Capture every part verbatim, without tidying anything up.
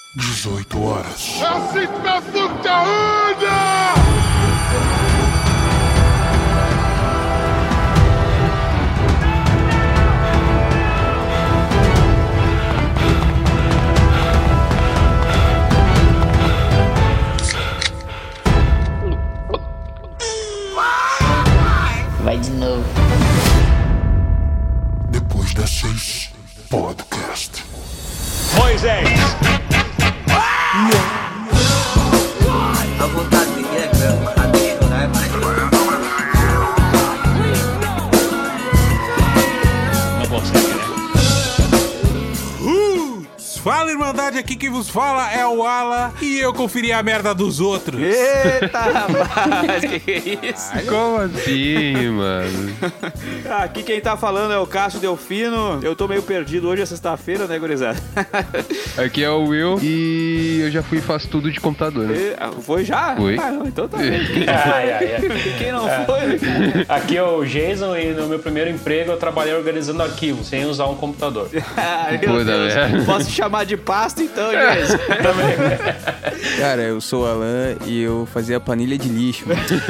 dezoito horas. Assim pra puta onda! Vai de novo. Depois das seis, podcast. Moisés! A vontade de é mesmo, a de chorar é mais. Não consegue, né? Fala, Irmandade, aqui quem vos fala é o Ala e eu conferi a merda dos outros. Eita, rapaz, que que é isso? Como assim, mano? Aqui quem tá falando é o Cássio Delfino. Eu tô meio perdido, hoje é sexta-feira, né, gurizada? Aqui é o Will e eu já fui e faço tudo de computador, né? E- ah, Foi já? Foi. Ah, não, então tá bem. Ai, ai, ai. Quem não foi? Aqui é o Jason e no meu primeiro emprego eu trabalhei organizando arquivos, sem usar um computador. Ai, meu Puta Deus. merda. Posso chamar de pasta então, gente? Cara, eu sou o Alan e eu fazia planilha de lixo.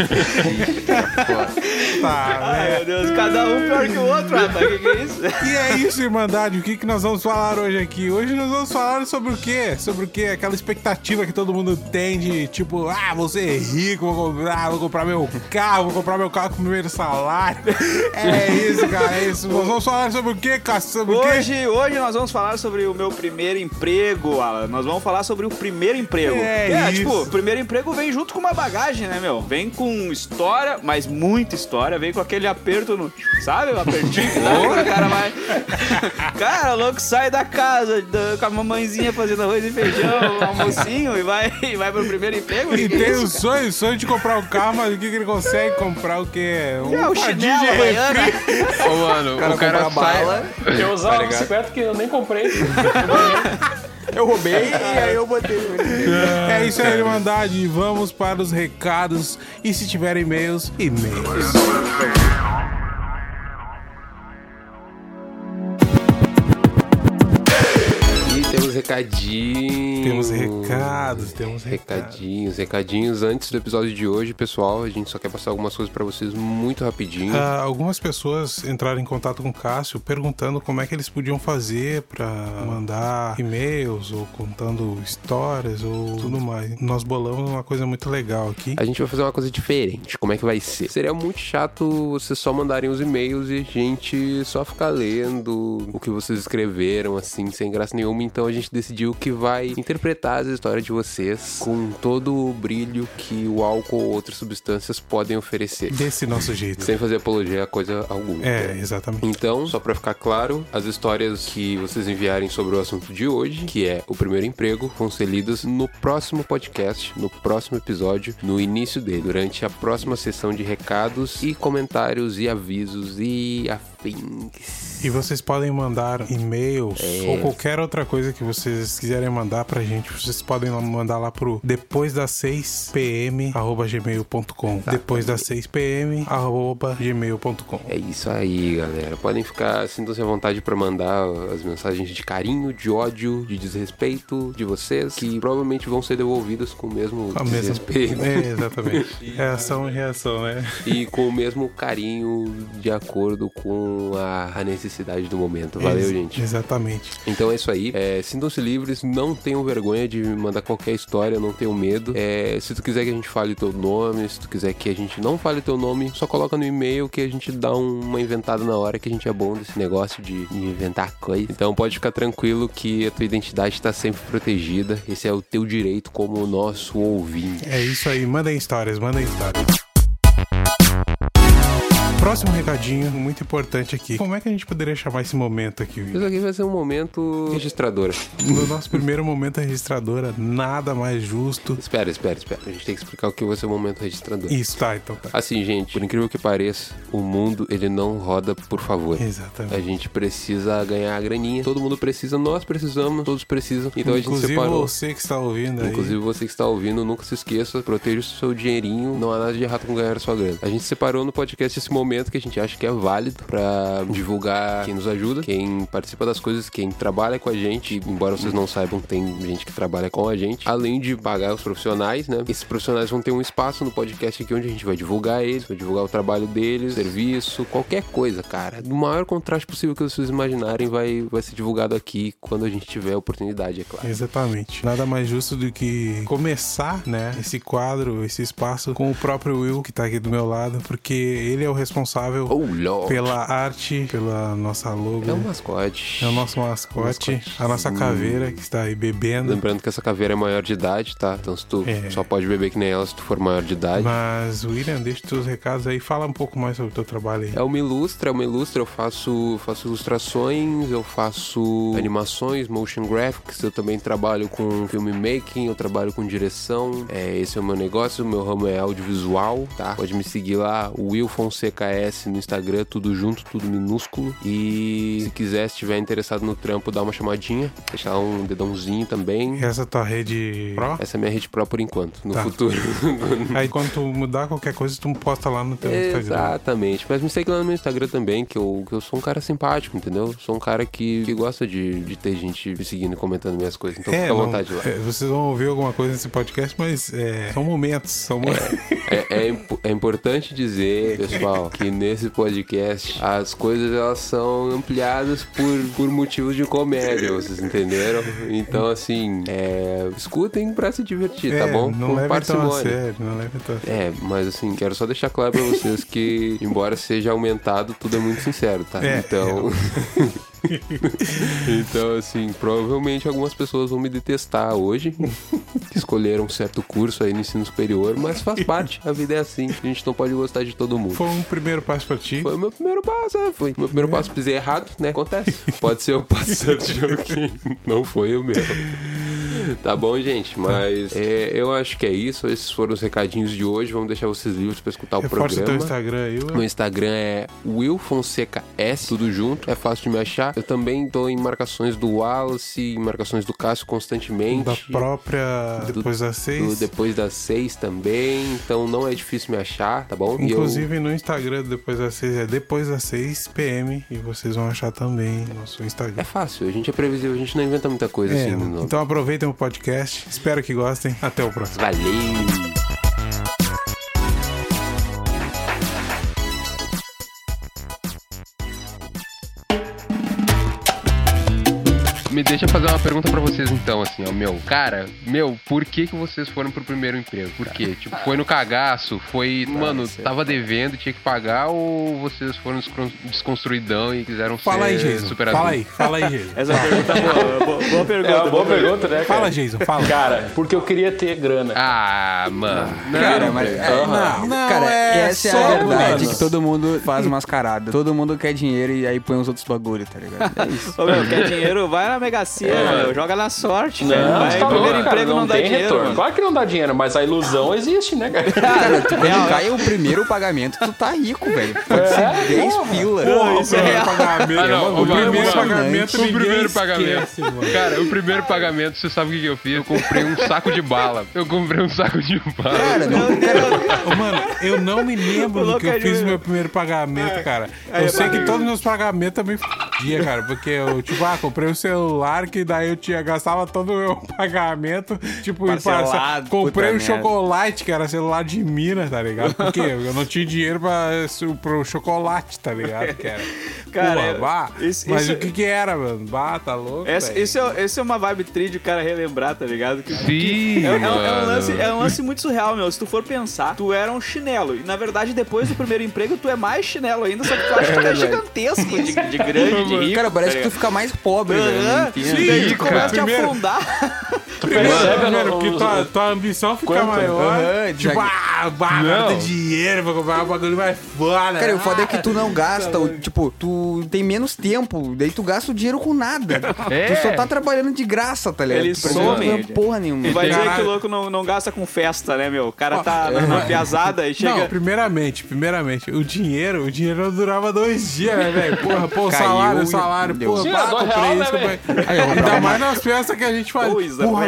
Tá, Ai, né? meu Deus, cada um pior que o outro, rapaz. Que que é isso? E é isso, Irmandade, o que, que nós vamos falar hoje aqui? Hoje nós vamos falar sobre o quê? Sobre o quê? Aquela expectativa que todo mundo tem de, tipo, ah, vou ser rico, vou comprar, vou comprar meu carro, vou comprar meu carro com o primeiro salário. É isso, cara, é isso. Nós vamos falar sobre o quê, Cássio? Sobre o quê? Hoje, hoje nós vamos falar sobre o meu primeiro emprego, Alan. Nós vamos falar sobre o primeiro emprego. É isso. tipo, o primeiro emprego vem junto com uma bagagem, né, meu? Vem com história, mas muita história. Vem com aquele aperto no... Sabe? O apertinho que dá quando o cara vai... Cara, o louco sai da casa da- com a mamãezinha fazendo arroz e feijão, almocinho e vai, e vai pro primeiro emprego. E Que que é tem o isso, sonho, o sonho de comprar um carro, mas o que, que ele consegue comprar? O quê? Um cara? É o par de chinelo, a refri. baiana. Ô, mano, o cara, compra sai... bala. Eu usava uma bicicleta que eu nem comprei. Eu roubei e aí eu botei. É isso aí, Irmandade. Vamos para os recados. E se tiver e-mails, e-mails. E temos recadinhos. Temos recados, temos recados. Recadinhos, recadinhos. Antes do episódio de hoje, pessoal, a gente só quer passar algumas coisas pra vocês muito rapidinho. Ah, algumas pessoas entraram em contato com o Cássio perguntando como é que eles podiam fazer pra mandar e-mails ou contando histórias ou tudo mais. Nós bolamos uma coisa muito legal aqui. A gente vai fazer uma coisa diferente. Como é que vai ser? Seria muito chato vocês só mandarem os e-mails e a gente só ficar lendo o que vocês escreveram, assim, sem graça nenhuma. Então a gente decidiu que vai interpretar as histórias de vocês com todo o brilho que o álcool ou outras substâncias podem oferecer. Desse nosso jeito. Sem fazer apologia a coisa alguma. É, exatamente. Então, só pra ficar claro, as histórias que vocês enviarem sobre o assunto de hoje, que é o primeiro emprego, vão ser lidas no próximo podcast, no próximo episódio, no início dele, durante a próxima sessão de recados e comentários e avisos e afins. E vocês podem mandar e-mails ou qualquer outra coisa que vocês quiserem mandar pra gente. Vocês podem mandar lá pro depois das seis pm arroba gmail ponto com. Depois das seis pm arroba gmail ponto com. É isso aí, galera. Podem ficar, sintam-se à vontade pra mandar as mensagens de carinho, de ódio, de desrespeito de vocês, que provavelmente vão ser devolvidas com o mesmo A mesma... desrespeito. É, exatamente. Reação e reação, né? E com o mesmo carinho de acordo com a, a necessidade do momento. Valeu, Ex- gente. Exatamente. Então é isso aí. É, sintam-se livres, não tenham vergonha de mandar qualquer história, não tenham medo. É, se tu quiser que a gente fale teu nome, se tu quiser que a gente não fale teu nome, só coloca no e-mail que a gente dá um- uma inventada na hora, que a gente é bom desse negócio de, de inventar coisa. Então pode ficar tranquilo que a tua identidade está sempre protegida. Esse é o teu direito como nosso ouvinte. É isso aí. Mandem histórias, mandem histórias. Próximo recadinho, muito importante aqui. Como é que a gente poderia chamar esse momento aqui, Isso Vitor? aqui vai ser um momento registradora. No nosso primeiro momento registradora, nada mais justo. Espera, espera, espera. A gente tem que explicar o que vai ser o momento registrador. Isso, tá, então tá. Assim, gente, por incrível que pareça, o mundo, ele não roda por favor. Exatamente. A gente precisa ganhar a graninha. Todo mundo precisa, nós precisamos, todos precisam. Então Inclusive a gente separou. você que está ouvindo aí. Inclusive você que está ouvindo, nunca se esqueça, proteja o seu dinheirinho, não há nada de errado com ganhar a sua grana. A gente separou no podcast esse momento momento que a gente acha que é válido pra divulgar quem nos ajuda, quem participa das coisas, quem trabalha com a gente. Embora vocês não saibam, tem gente que trabalha com a gente. Além de pagar os profissionais, né? Esses profissionais vão ter um espaço no podcast aqui onde a gente vai divulgar eles, vai divulgar o trabalho deles, serviço, qualquer coisa, cara. Do maior contraste possível que vocês imaginarem vai, vai ser divulgado aqui quando a gente tiver a oportunidade, é claro. Exatamente. Nada mais justo do que começar, né, esse quadro, esse espaço com o próprio Will, que tá aqui do meu lado, porque ele é o responsável Oh, Lord. pela arte, pela nossa logo. É um mascote. É o nosso mascote, mascote. a nossa caveira que está aí bebendo. Lembrando que essa caveira é maior de idade, tá? Então se tu É. só pode beber que nem ela se tu for maior de idade. Mas, William, deixa os teus recados aí, fala um pouco mais sobre o teu trabalho aí. É uma ilustra, é uma ilustra, eu faço, faço ilustrações, eu faço animações, motion graphics, eu também trabalho com filmmaking, eu trabalho com direção, é, esse é o meu negócio, o meu ramo é audiovisual, tá? Pode me seguir lá, Will Fonseca S no Instagram, tudo junto, tudo minúsculo. E se quiser, se estiver interessado no trampo, dá uma chamadinha, deixar um dedãozinho também. Essa é a tua rede pro? Essa é a minha rede pro por enquanto, no Tá. futuro. Aí quando tu mudar qualquer coisa, tu posta lá no teu Instagram. Exatamente, mas me segue lá no meu Instagram também, que eu, que eu sou um cara simpático, entendeu? Sou um cara que, que gosta de, de ter gente me seguindo e comentando minhas coisas, então É, fica à não- vontade lá. é, vocês vão ouvir alguma coisa nesse podcast, mas é, são momentos, são momentos. É, é, impo- é importante dizer, pessoal, que nesse podcast as coisas elas são ampliadas por, por motivos de comédia, vocês entenderam? Então, assim, é, escutem pra se divertir, tá É, bom? Não Com leve tão a parcimônia. sério, não leve tão a sério. É, mas assim, quero só deixar claro pra vocês que, embora seja aumentado, tudo é muito sincero, tá? É, então. Então, assim, provavelmente algumas pessoas vão me detestar hoje, que escolheram um certo curso aí no ensino superior, mas faz parte, a vida é assim, a gente não pode gostar de todo mundo. Foi um primeiro passo pra ti. Foi o meu primeiro passo, é, foi. Meu primeiro passo, pisei errado, né? Acontece. Pode ser o passo certo de alguém. Não foi eu mesmo. Tá bom, gente? Mas é, eu acho que é isso. Esses foram os recadinhos de hoje. Vamos deixar vocês livres pra escutar o Reforça teu programa. Instagram aí, Meu Will. Instagram é Will Fonseca S, tudo junto. É fácil de me achar. Eu também tô em marcações do Wallace, em marcações do Cássio constantemente. Da própria Depois das Do Seis. Depois das Seis também. Então não é difícil me achar, tá bom? E eu- Inclusive no Instagram do Depois das Seis é Depois das Seis P M e vocês vão achar também no nosso É Instagram. fácil, a gente é previsível, a gente não inventa muita coisa É, assim no nome. então aproveitem o podcast. Espero que gostem. Até o próximo. Valeu! Me deixa fazer uma pergunta pra vocês então, assim, ó, meu, cara, meu, por que que vocês foram pro primeiro emprego? Por quê? Tipo, foi no cagaço? Foi, mano, tava devendo, tinha que pagar ou vocês foram descon- desconstruidão e quiseram Fala ser aí, Jason. super Fala adultos? aí, fala aí, Jason. Essa pergunta é boa, boa, boa pergunta. É uma boa pergunta, né, cara? Fala, Jason, fala. Cara, porque eu queria ter grana. Ah, mano. Cara, mas. é, Não, não, cara, é essa é só, a verdade mano. que todo mundo faz mascarada. Todo mundo quer dinheiro e aí põe os outros bagulho, tá ligado? É isso. Ô, meu, quer dinheiro? Vai na Mega Sena, meu, joga na sorte, velho. Não, Vai, você tá primeiro louco, cara, emprego não, dá tem dinheiro, retorno. mano. Claro que não dá dinheiro, mas a ilusão existe, né, cara? Cara, tu, quando cai o primeiro pagamento, tu tá rico, velho. Pode ser dez pila. Pô, isso é real. Pagamento, Ah, não, o ô, mano, primeiro mano, pagamento o ninguém primeiro pagamento. esquece, mano. Cara, o primeiro pagamento, você sabe o que, que eu fiz? Eu comprei um saco de bala. Eu comprei um saco de bala. Cara, não, cara, Ô, mano, eu não me lembro do que eu louco é fiz de- no meu primeiro pagamento, cara. Eu sei que todos os meus pagamentos também fodia, cara. Porque eu, tipo, ah, comprei um celular que daí eu tinha, gastava todo o meu pagamento. Tipo, e Parcelado, passa- comprei puta um chocolate, que era celular de Minas, tá ligado? Porque eu não tinha dinheiro pra, pro chocolate, tá ligado? Que era. Cara, Porra, bah. isso- Mas isso- o que que era, mano? Bah, tá louco, Essa, velho. esse, é, esse é uma vibe tri de o cara relembrar, tá ligado? Que- Sim, É, é um- é um mano. lance, é um lance muito surreal, meu. Se tu for pensar, tu era um chinelo. E na verdade, depois do primeiro emprego, tu é mais chinelo ainda, só que tu acha que tu é gigantesco de, de grande, de rico. cara, parece tá que tu fica mais pobre, velho. Não Aham, entendo. e daí tu cara. começa a te Primeiro- afundar. Tu percebe Primeiro, no- que os- tua, tua ambição fica Quanto? maior. Aham, tipo, já- ah, bah, agora Não. tem dinheiro pra comprar um bagulho mais foda. Cara, o foda é que Ah, tu não gasta, o- tipo, tu tem menos tempo, daí tu gasta o dinheiro com nada. É. Tu só tá trabalhando de graça, tá ligado? Ele Tu precisa some. fazer porra nenhuma. E vai dizer Caralho. que o louco não, não gasta com festa, né, meu? O cara tá na, na piazada e chega... Não, primeiramente, primeiramente, o dinheiro, o dinheiro não durava dois dias, né, velho? Porra, pô, o Caiu salário, o e salário, deu. porra, Sim, pá, dois comprei real, isso, né, comprei... Ainda mais nas festas que a gente faz. Coisa Porra,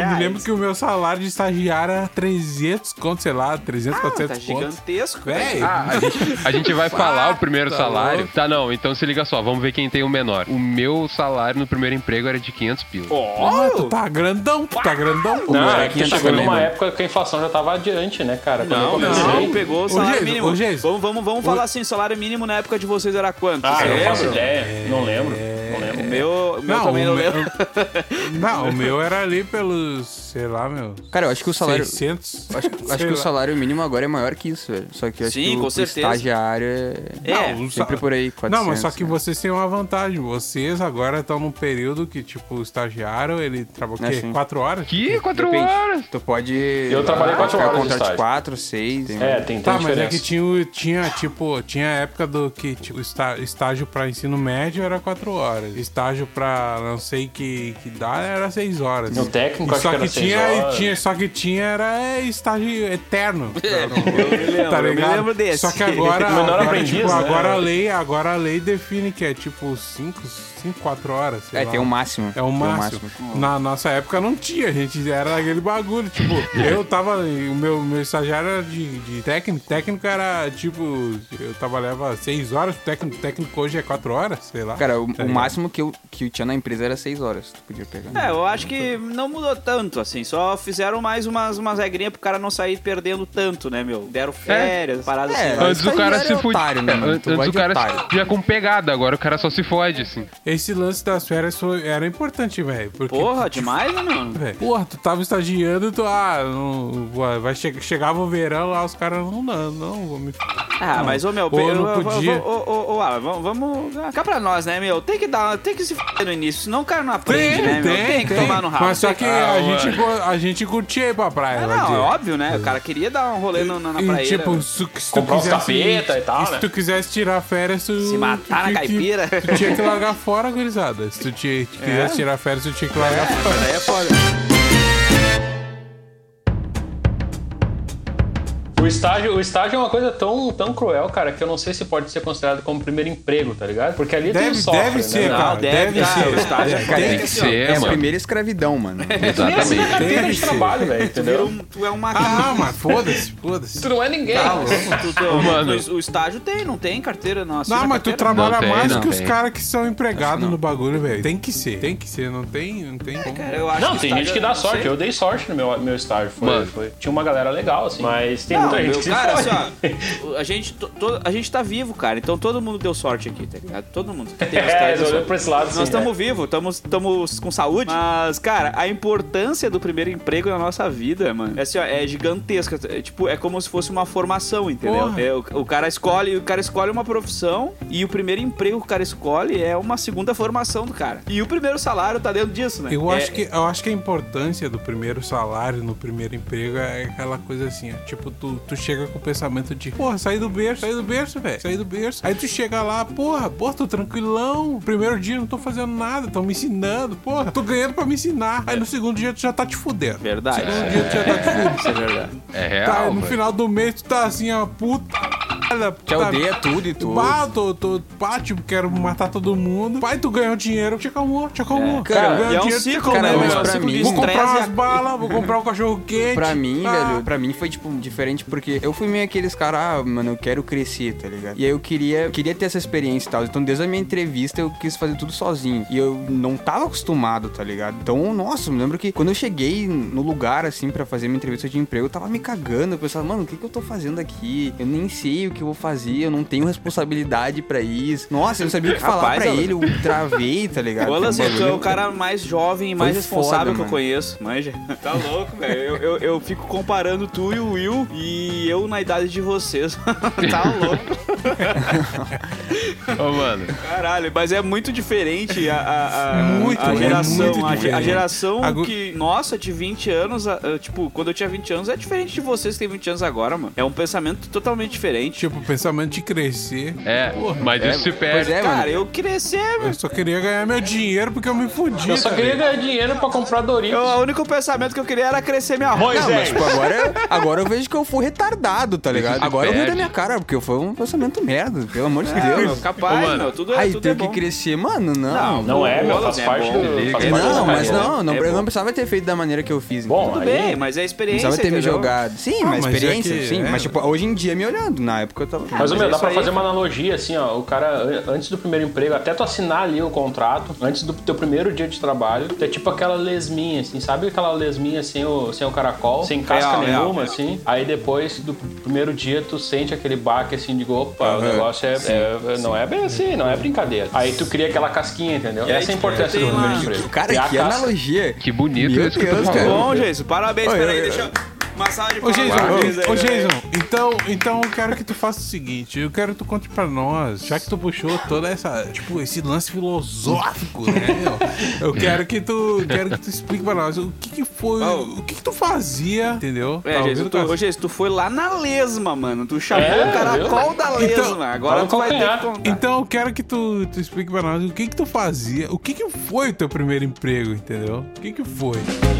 me reais. lembro que o meu salário de estagiário era trezentos conto, sei lá, trezentos, Ah, tá quatrocentos conto. gigantesco, Véi. velho. Ah, a gente, a gente vai falar o primeiro tá salário. louco. Tá, não, então se liga só, vamos ver quem tem o menor. O meu salário no primeiro emprego era de quinhentos pila. Ah, tu tá grandão, tu tá grandão. Não, era é que quinhentos chegou também, numa né? época que a inflação já tava adiante, né, cara? Quando Não, eu comecei. não, pegou o salário Geis, mínimo. ô, Geis. Vamos, vamos, vamos falar assim, o salário mínimo na época de vocês era quanto? Ah, Você eu não lembra? faço ideia. Não lembro. Não O lembro. meu, o meu Não, também o não meu- lembro. Não, o meu era ali pelos, sei lá, meu, Cara, eu acho que o salário... seiscentos. Acho, acho sei que o lá. salário mínimo agora é maior que isso, velho. Só que eu acho Sim, que o, com o certeza. estagiário é... É, Não, o sempre sa- por aí, quatrocentos. Não, mas só que né? vocês têm uma vantagem. Vocês agora estão num período que, tipo, o estagiário, ele trabalha o É, quê? sim. Quatro horas? Que? Quatro Depende. horas? Tu pode... Eu trabalhei quatro ficar horas de contrato de estágio. quatro, seis... tem- É, tem, tem Tá, mas diferença. é que tinha, o- tinha, tipo, tinha a época do que tipo, está- estágio pra ensino médio era quatro horas. Estágio pra não sei que, que dá era seis horas. No técnico, E acho só que que era seis tinha, horas. tinha, só que tinha era estágio eterno. eu me lembro, Tá eu me ligado? lembro desse. Só que agora, O menor agora, aprendiz, tipo, né? agora a lei, agora a lei define que é tipo cinco, quatro horas. sei É, lá. tem o máximo. É o Tem máximo. Na nossa época não tinha, a gente era aquele bagulho. Tipo, eu tava. O meu, meu estagiário era de, de técnico. Técnico era tipo. Eu trabalhava seis horas, técnico, técnico hoje é quatro horas, sei lá. Cara, o, Tá o ligado? máximo que eu, que eu tinha na empresa era seis horas. Tu podia pegar. É, eu acho que não mudou tanto, assim. Só fizeram mais umas, umas regrinhas pro cara não sair perdendo tanto, né, meu? Deram férias, paradas É, assim. mas- Antes o cara se estagiário é fudia. otário, né, mano? Tu Antes vai o de cara otário. ia com pegada, agora o cara só se fode, assim. Esse lance das férias foi- era importante, velho. porque- Porra, demais, né, mano? Véi, porra, tu tava estagiando e tu, ah, não, vai che chegava o verão lá, os caras, não, não, não, vou me. Ah, não. mas, ô, meu, Ou eu- não eu- podia. Ô, ô, ô, ô, Alan, vamos, vamos cá pra nós, né, meu? Tem que dar, tem que se f*** no início, senão o cara não aprende, né, meu? Tem, que tomar no rabo. Mas só tem que Ah, a, ué. gente, go- a gente curtia ir pra praia. Ah, vai não, dizer. é óbvio, né? O cara queria dar um rolê no- na, na E, praia. tipo, se, se tu Comprar uns quisesse, tapeta e tal, se né? tu quisesse tirar férias, tu... Se matar tu na tinha que- caipira. Tu tinha que largar fora, gurizada. Se tu tinha, tu quisesse tirar férias, tu tinha que largar fora. Daí é foda. O estágio, o estágio é uma coisa tão, tão cruel, cara, que eu não sei se pode ser considerado como primeiro emprego, tá ligado? Porque ali tu Deve, sofre, deve né? ser, Não, cara. deve, Deve, cara, o ser. estágio é Deve- foda. Tem deve que ser. ser, É a mano. primeira escravidão, mano. Exatamente. Carteira Deve de ser. trabalho, velho, Tu, vira entendeu? um, tu é um Ah, macaco. mas foda-se, foda-se. Tu não é ninguém. Tu- tu- Mano. o, o estágio tem, não tem carteira, não assina Não, mas tu carteira? trabalha Não tem, mais não que os tem. caras que são empregados no bagulho, velho. Tem que ser, tem que ser. Não tem, não tem como. Cara, eu acho Não, que tem estágio- gente que dá não sorte. sei. Eu dei sorte no meu, meu estágio. Foi, Mano. foi- tinha uma galera legal, assim. Mas tem Não, muita gente meu, que se cara, fode. assim, ó, a gente, to- to- a gente tá vivo, cara, então todo mundo deu sorte aqui, tá ligado? Todo mundo que teve É, estágio eu deu olhei sorte. pra esse lado, Nós sim, estamos né? vivos, estamos com saúde, mas, cara, a importância do primeiro emprego na nossa vida, mano, é, assim, ó, é gigantesca. É, tipo, é como se fosse uma formação, entendeu? Porra. É, o, o cara escolhe, o cara escolhe uma profissão e o primeiro emprego que o cara escolhe é uma segunda formação do cara. E o primeiro salário tá dentro disso, né? Eu, É- acho que, eu acho que a importância do primeiro salário no primeiro emprego é aquela coisa assim, ó, tipo, tu, tu chega com o pensamento de, porra, sair do berço, sair do berço, velho, sair do berço. Aí tu chega lá, porra, porra, tô tranquilão, primeiro dia não tô fazendo nada, tão me ensinando, porra, tô ganhando pra me ensinar. Aí no segundo dia tu já tá te fudendo. Verdade. No segundo dia tu já tá te fudendo. Isso é verdade. É real, Tá, no velho. final do mês tu tá assim, ó, puta. Te odeia tudo e tudo. Bah, tô, tô, pá, tipo, quero matar todo mundo. Pai, tu ganhou dinheiro, te acalmou, te acalmou. Cara, Ganhou e é um dinheiro, te ciclo, acalmou. né, Cara, mas meu? É um pra ciclo de mim- Vou comprar estresse umas balas, vou comprar um cachorro quente. Pra mim, Ah, velho, pra mim foi, tipo, diferente porque eu fui meio aqueles caras, ah, mano, eu quero crescer, tá ligado? E aí eu queria, queria ter essa experiência e tal. Então, desde a minha entrevista, eu quis fazer tudo sozinho. E eu não tava acostumado, tá ligado? Então, nossa, eu me lembro que quando eu cheguei no lugar, assim, pra fazer minha entrevista de emprego, eu tava me cagando. Eu pensava, mano, o que que eu tô fazendo aqui? Eu nem sei o que eu vou fazer, eu não tenho responsabilidade pra isso. Nossa, eu não sabia o que falar Rapaz, pra Alan. ele, eu travei, tá ligado? O Alan, Foi um tu é bagulho- o cara mais jovem e mais Foi responsável foda, que eu mano. conheço, manja. Tá louco, velho. Eu, eu, eu fico comparando tu e o Will e eu na idade de vocês. Tá louco. Ô, mano. Caralho, mas é muito diferente a, a, a, Muito, a é geração. muito a, ge- a diferente. geração Agu- que, nossa, de vinte anos, a- a- tipo, quando eu tinha vinte anos, é diferente de vocês que têm vinte anos agora, mano. É um pensamento totalmente diferente. Tipo, o pensamento de crescer. É, mas isso se Pois perde. é, Cara, mano. eu crescer, Eu só queria ganhar meu dinheiro porque eu me fudi. Eu só tá queria ligado? ganhar dinheiro pra comprar Doritos. Eu, o único pensamento que eu queria era crescer minha roda. Não, mas tipo, agora, agora eu vejo que eu fui retardado, tá ligado? Isso Agora eu rio perde. da minha cara, porque foi um pensamento crescimento merda, pelo amor de É, meu, Deus. capaz, Ô, mano. meu, tudo é, Aí tudo tem é que bom. crescer, mano, não. Não, Não é, meu, faz é parte bom. do. Faz É, parte Não, da mas carreira. não, não, É eu bom. não precisava ter feito da maneira que eu fiz. Bom, Tudo aí- bem, mas é Não experiência, precisava ter me entendeu? jogado. Sim, Ah, mas mas é experiência, que- sim. é. Mas, tipo, hoje em dia me olhando. Na época eu tava. Mas, ô, mas meu, é dá isso pra aí. fazer uma analogia, assim, ó. O cara, an- antes do primeiro emprego, até tu assinar ali o contrato, antes do teu primeiro dia de trabalho, é tipo aquela lesminha, assim, sabe aquela lesminha sem o, sem o caracol, sem casca Real, real, nenhuma, real. assim. Aí depois do primeiro dia, tu sente aquele baque, assim, de opa, o negócio é, é- não é bem assim, não é brincadeira. Aí tu cria aquela casquinha, entendeu? E aí, Essa é a tipo, importância tem do primeiro uma- emprego. Cara, Criar que casca. analogia. Que bonito Meu isso que eu Deus, tô cara. falando. Bom, Jason, parabéns. Oi, Peraí, oi, deixa eu... Uma salva de Ô, palmas Jason, pra ô, vocês aí, ô, velho. Jason, então, então eu quero que tu faça o seguinte, eu quero que tu conte pra nós, já que tu puxou toda essa, tipo, esse lance filosófico, né, meu? Eu quero que tu, quero que tu explique pra nós o que que foi, Oh. o que que tu fazia, entendeu? É, Tá Jason, ouvindo, tu, cara? ô, Jason, tu foi lá na lesma, mano. Tu chamou É, o caracol viu? da lesma. Então, Agora tá no tu vai ter calcanhar. que contar. Então eu quero que tu, tu explique pra nós o que que tu fazia, o que que foi o teu primeiro emprego, entendeu? O que que foi?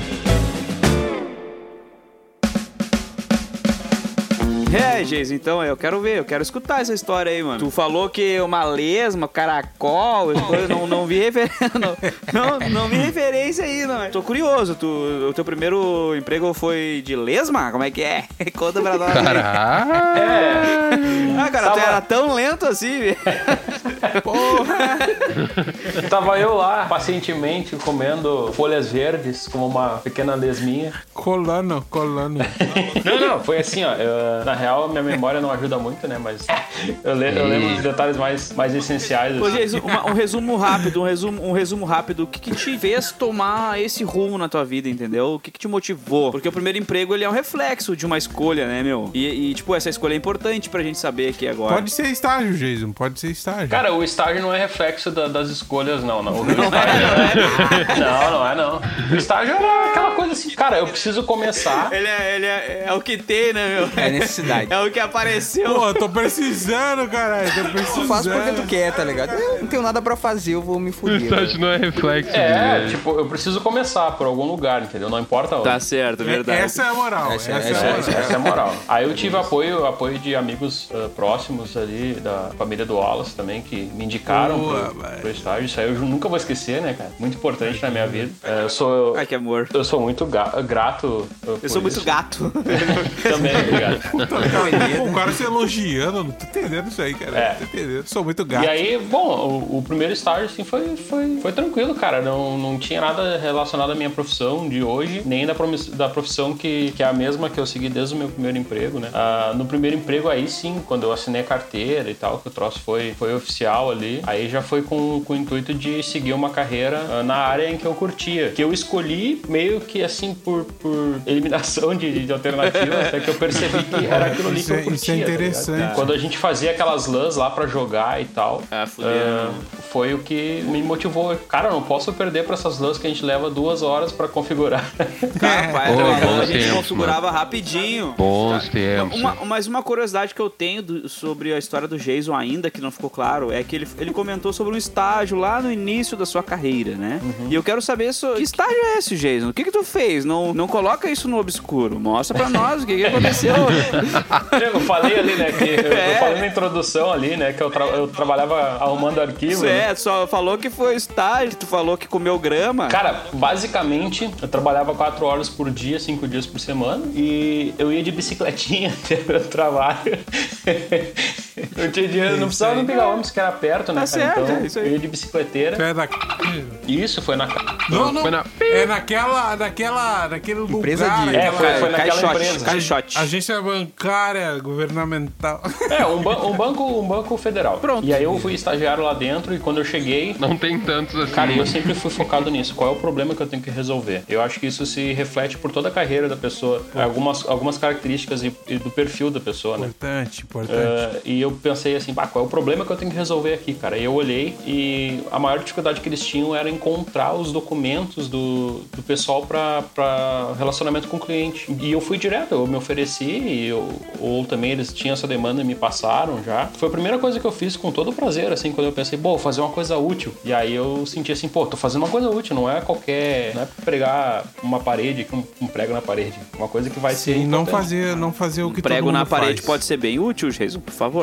É, Jason, então eu quero ver, eu quero escutar essa história aí, mano. Tu falou que uma lesma, caracol, as coisas, não, não vi referência. Não, não, não vi referência aí, não. Tô curioso, tu, o teu primeiro emprego foi de lesma? Como é que é? Conta pra nós. aí. Caraca! Ah, cara, tu era tão lento assim. Tava eu lá, pacientemente, comendo folhas verdes, como uma pequena lesminha. Colando, colando. Não, não, foi assim, ó. eu- na real, minha memória não ajuda muito, né? Mas eu, le- eu lembro dos detalhes mais, mais essenciais. Ô, assim. Jason, uma- um resumo rápido, um resumo, um resumo rápido. O que, que te fez tomar esse rumo na tua vida, entendeu? O que, que te motivou? Porque o primeiro emprego, ele é um reflexo de uma escolha, né, meu? E, e, tipo, essa escolha é importante pra gente saber aqui agora. Pode ser estágio, Jason, pode ser estágio. Cara, o estágio não é reflexo da- das escolhas, não. Não, o estágio não, é, não, não é, não. O estágio é aquela coisa assim, cara, eu preciso começar. Ele é, ele é, é o que tem, né, meu? É necessidade. É o que apareceu. Pô, eu tô precisando, caralho, tô precisando. Faz porque tu quer, tá ligado? Eu não tenho nada pra fazer, eu vou me O fuder. estágio não é reflexo É, de... tipo, eu preciso começar por algum lugar, entendeu? Não importa onde. Tá certo, verdade. Essa é a moral, Essa essa, é- é, essa a é- moral. Essa é a moral. Aí eu tive apoio, apoio de amigos uh, próximos ali, da família do Wallace também, que me indicaram Boa, pro, velho. pro estágio. Isso aí eu nunca vou esquecer, né, cara? Muito importante na minha vida. Uh, eu sou... Ai, que amor. Eu sou muito ga- grato. uh, Eu por sou muito isso. gato. Também, obrigado. Pô, o cara se elogiando, não tô entendendo isso aí, cara. É. Não tô entendendo. Sou muito gato. E aí, bom, o, o primeiro estágio, assim, foi, foi, foi tranquilo, cara. Não, não tinha nada relacionado à minha profissão de hoje, nem da, promis- da profissão que, que é a mesma que eu segui desde o meu primeiro emprego, né? Ah, no primeiro emprego, aí sim, quando eu assinei a carteira e tal, que o troço foi, foi oficial ali, aí já foi com, com o intuito de seguir uma carreira ah, na área em que eu curtia. Que eu escolhi meio que, assim, por, por eliminação de, de alternativas, até que eu percebi que era aquilo ali Isso que eu é- curtia. isso é tá ligado? interessante. Quando a gente fazia aquelas lãs lá pra jogar e tal, Ah, fudeu. ah, foi o que me motivou. Cara, eu não posso perder pra essas lãs que a gente leva duas horas pra configurar. Cara, pai, Pô, a bons gente tempos, configurava rapidinho. Bons tempos. Uma, mas uma curiosidade que eu tenho do- sobre a história do Jason ainda, que não ficou claro, é que ele, ele comentou sobre um estágio lá no início da sua carreira, né? E eu quero saber so, que estágio é esse, Jason? O que que tu fez? Não, não coloca isso no obscuro. Mostra pra nós o que que aconteceu. Eu falei ali, né, que eu, É. eu falei na introdução ali, né, que eu, tra- eu trabalhava arrumando arquivo. Isso né? é, só falou que foi estágio, que tu falou que comeu grama. Cara, basicamente, eu trabalhava quatro horas por dia, cinco dias por semana, e eu ia de bicicletinha até o meu trabalho. Eu tinha dinheiro, não precisava nem pegar ônibus, que era perto, né, Tá cara? certo, Então, é isso aí. eu ia de bicicleteira. É da... Isso, foi na... Não, não. Foi na- É naquela, naquela, naquele Empresa lugar. de- É, aquela- foi, foi naquela Caixote, empresa. caixote. Agência bancária, governamental. É, um, ba- um banco, um banco federal. Pronto. E aí eu fui estagiário lá dentro e quando eu cheguei, Não tem tantos assim. cara, eu sempre fui focado nisso. Qual é o problema que eu tenho que resolver? Eu acho que isso se reflete por toda a carreira da pessoa, algumas, algumas características e, e do perfil da pessoa, né? Importante, importante. Uh, e eu pensei assim, bah, qual é o problema que eu tenho que resolver aqui, cara? E eu olhei e a maior dificuldade que eles tinham era encontrar os documentos do, do pessoal para relacionamento com o cliente. E eu fui direto, eu me ofereci, e eu, ou também eles tinham essa demanda e me passaram já. Foi a primeira coisa que eu fiz com todo prazer, assim, quando eu pensei, pô, vou fazer uma coisa útil. E aí eu senti assim, pô, tô fazendo uma coisa útil, não é qualquer, não é pregar uma parede com um prego na parede. Uma coisa que vai ser Sim, não importante. fazer, não fazer o que Prego todo na mundo parede faz. pode ser bem útil, Jason, por favor.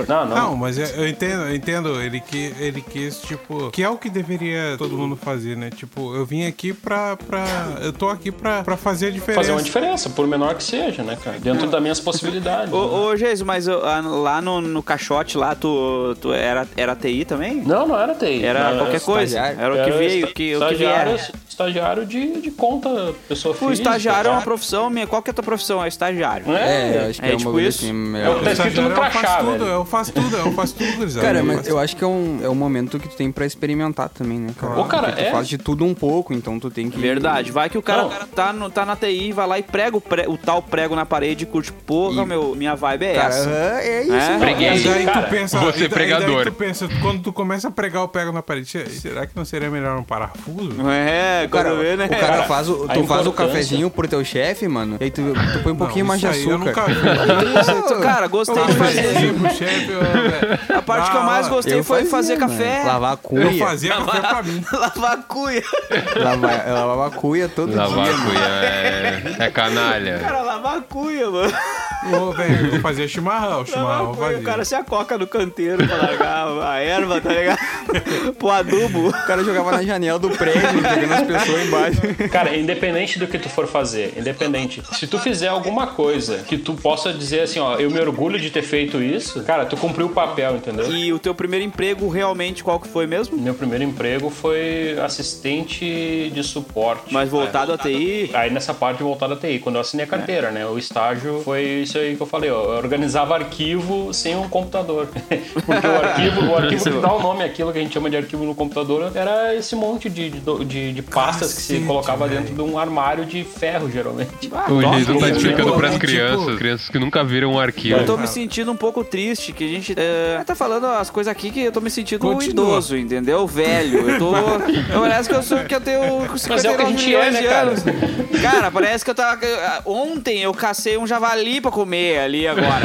Não, não. Não, mas eu, eu entendo, eu entendo. Ele, que, ele quis, tipo... Que é o que deveria todo mundo fazer, né? Tipo, eu vim aqui pra... pra eu tô aqui pra, pra fazer a diferença. Fazer uma diferença, por menor que seja, né, cara? Dentro das minhas possibilidades. Ô, ô Geiso, mas uh, lá no, no caixote, lá, tu, tu era, era T I também? Não, não era T I. Era qualquer coisa. Era o que Era veio, esta- que, o que estagiário, vier. estagiário de, de conta, pessoa O física. estagiário é uma tá? profissão minha. Qual que é a tua profissão? É estagiário. É, eu acho que é é, tipo uma coisa isso. assim, É melhor. o- tá escrito no Eu crachá, faço tudo, velho. eu faço tudo, eu faço tudo, gurizada. Cara, Eu mas faço- eu acho que é um, é um momento que tu tem pra experimentar também, né, cara? Ô, cara, Porque tu é- faz de tudo um pouco, então tu tem que... Verdade. Vai que o cara Não. tá, no, tá na T I, vai lá e prega o, pre- o tal prego na parede e curte. Porra, E- meu, minha vibe é Cara, essa. aham, é isso. É? né? Preguei. E daí Cara, tu pensa, você e da- pregador. E daí tu pensa, quando tu começa a pregar o pego na parede, será que não seria melhor um parafuso? É, O cara, quando vê, né? o cara faz o, a tu faz o importância- cafezinho pro teu chefe, mano, e aí tu, tu põe um pouquinho Não, mais de isso aí eu açúcar. nunca vi. Isso, tu- cara, gostei de fazer. Cafezinho pro chefe, eu, velho. A parte que eu mais Ah, gostei Eu foi fazia, fazer mano. café. Lavar a cuia. Eu fazia café pra mim. Lavar a cuia. Lavar, eu lavava a cuia todo Lavar dia. a cuia é, é canalha. Cara, lavar a cuia, mano. Ô, velho, eu fazia chimarrão, Lavar chimarrão a eu cuia, o fazia. cara se acoca no canteiro pra largar a erva, tá ligado? Pro adubo. O cara jogava na janela do prédio, pegando as pessoas embaixo. Cara, independente do que tu for fazer, independente. Se tu fizer alguma coisa que tu possa dizer assim, ó, eu me orgulho de ter feito isso, cara, tu cumpriu o papel, entendeu? E o teu primeiro emprego realmente qual que foi mesmo? Meu primeiro emprego foi assistente de suporte. Mas voltado É. a T I? Aí nessa parte voltada a T I, quando eu assinei a carteira, né? O estágio foi isso aí que eu falei, ó. Eu organizava arquivo sem um computador. Porque o arquivo, o arquivo que dá o nome àquilo que a gente chama de arquivo no computador era esse monte de, de, de, de pastas que se Cacete, colocava velho. dentro de um armário de ferro, geralmente. O Jason tá tipo, explicando pras tipo- crianças, crianças que nunca viram um arquivo. Eu tô me sentindo um pouco triste, que a gente é, tá falando as coisas aqui que eu tô me sentindo um Continua. idoso, entendeu? Velho. Eu tô. Eu parece que eu sou que eu tenho Mas é o que a gente cinquenta e nove é, né, milhões de cara? anos. Cara, parece que eu tava. Ontem eu cacei um javali pra comer ali agora,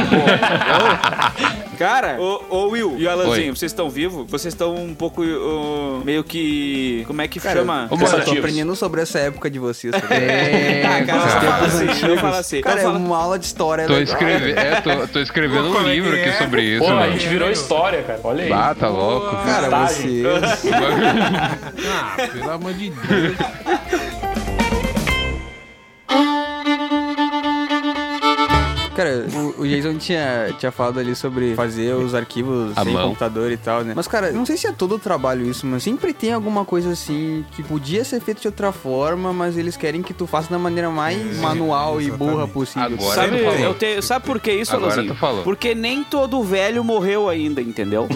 pô. Cara, ô, ô Will e o Alanzinho, Oi. vocês estão vivos? Vocês estão um pouco uh, meio que. Como é que Cara, chama? Ô, mano, eu tô Cansativos. aprendendo sobre essa época de vocês. Tá? É, Ah, cara, não fala assim, não fala assim. Cara, Não é fala- uma aula de história. Tô, legal. escreve... é, tô, tô escrevendo um Como é que livro aqui é? sobre isso, Pô, a mano. gente virou história, cara. Olha aí. Ah, tá louco. Cara, Vantagem. vocês... Ah, pelo amor de Deus. Cara, o, o Jason tinha, tinha falado ali sobre fazer os arquivos À sem mão. computador e tal, né? Mas, cara, não sei se é todo o trabalho isso, mas sempre tem alguma coisa assim que podia ser feito de outra forma, mas eles querem que tu faça da maneira mais manual e exatamente. burra possível. Agora Sabe, tu falou. eu te- sabe por que isso, Agora Alanzinho? tu falou. Porque nem todo velho morreu ainda, entendeu?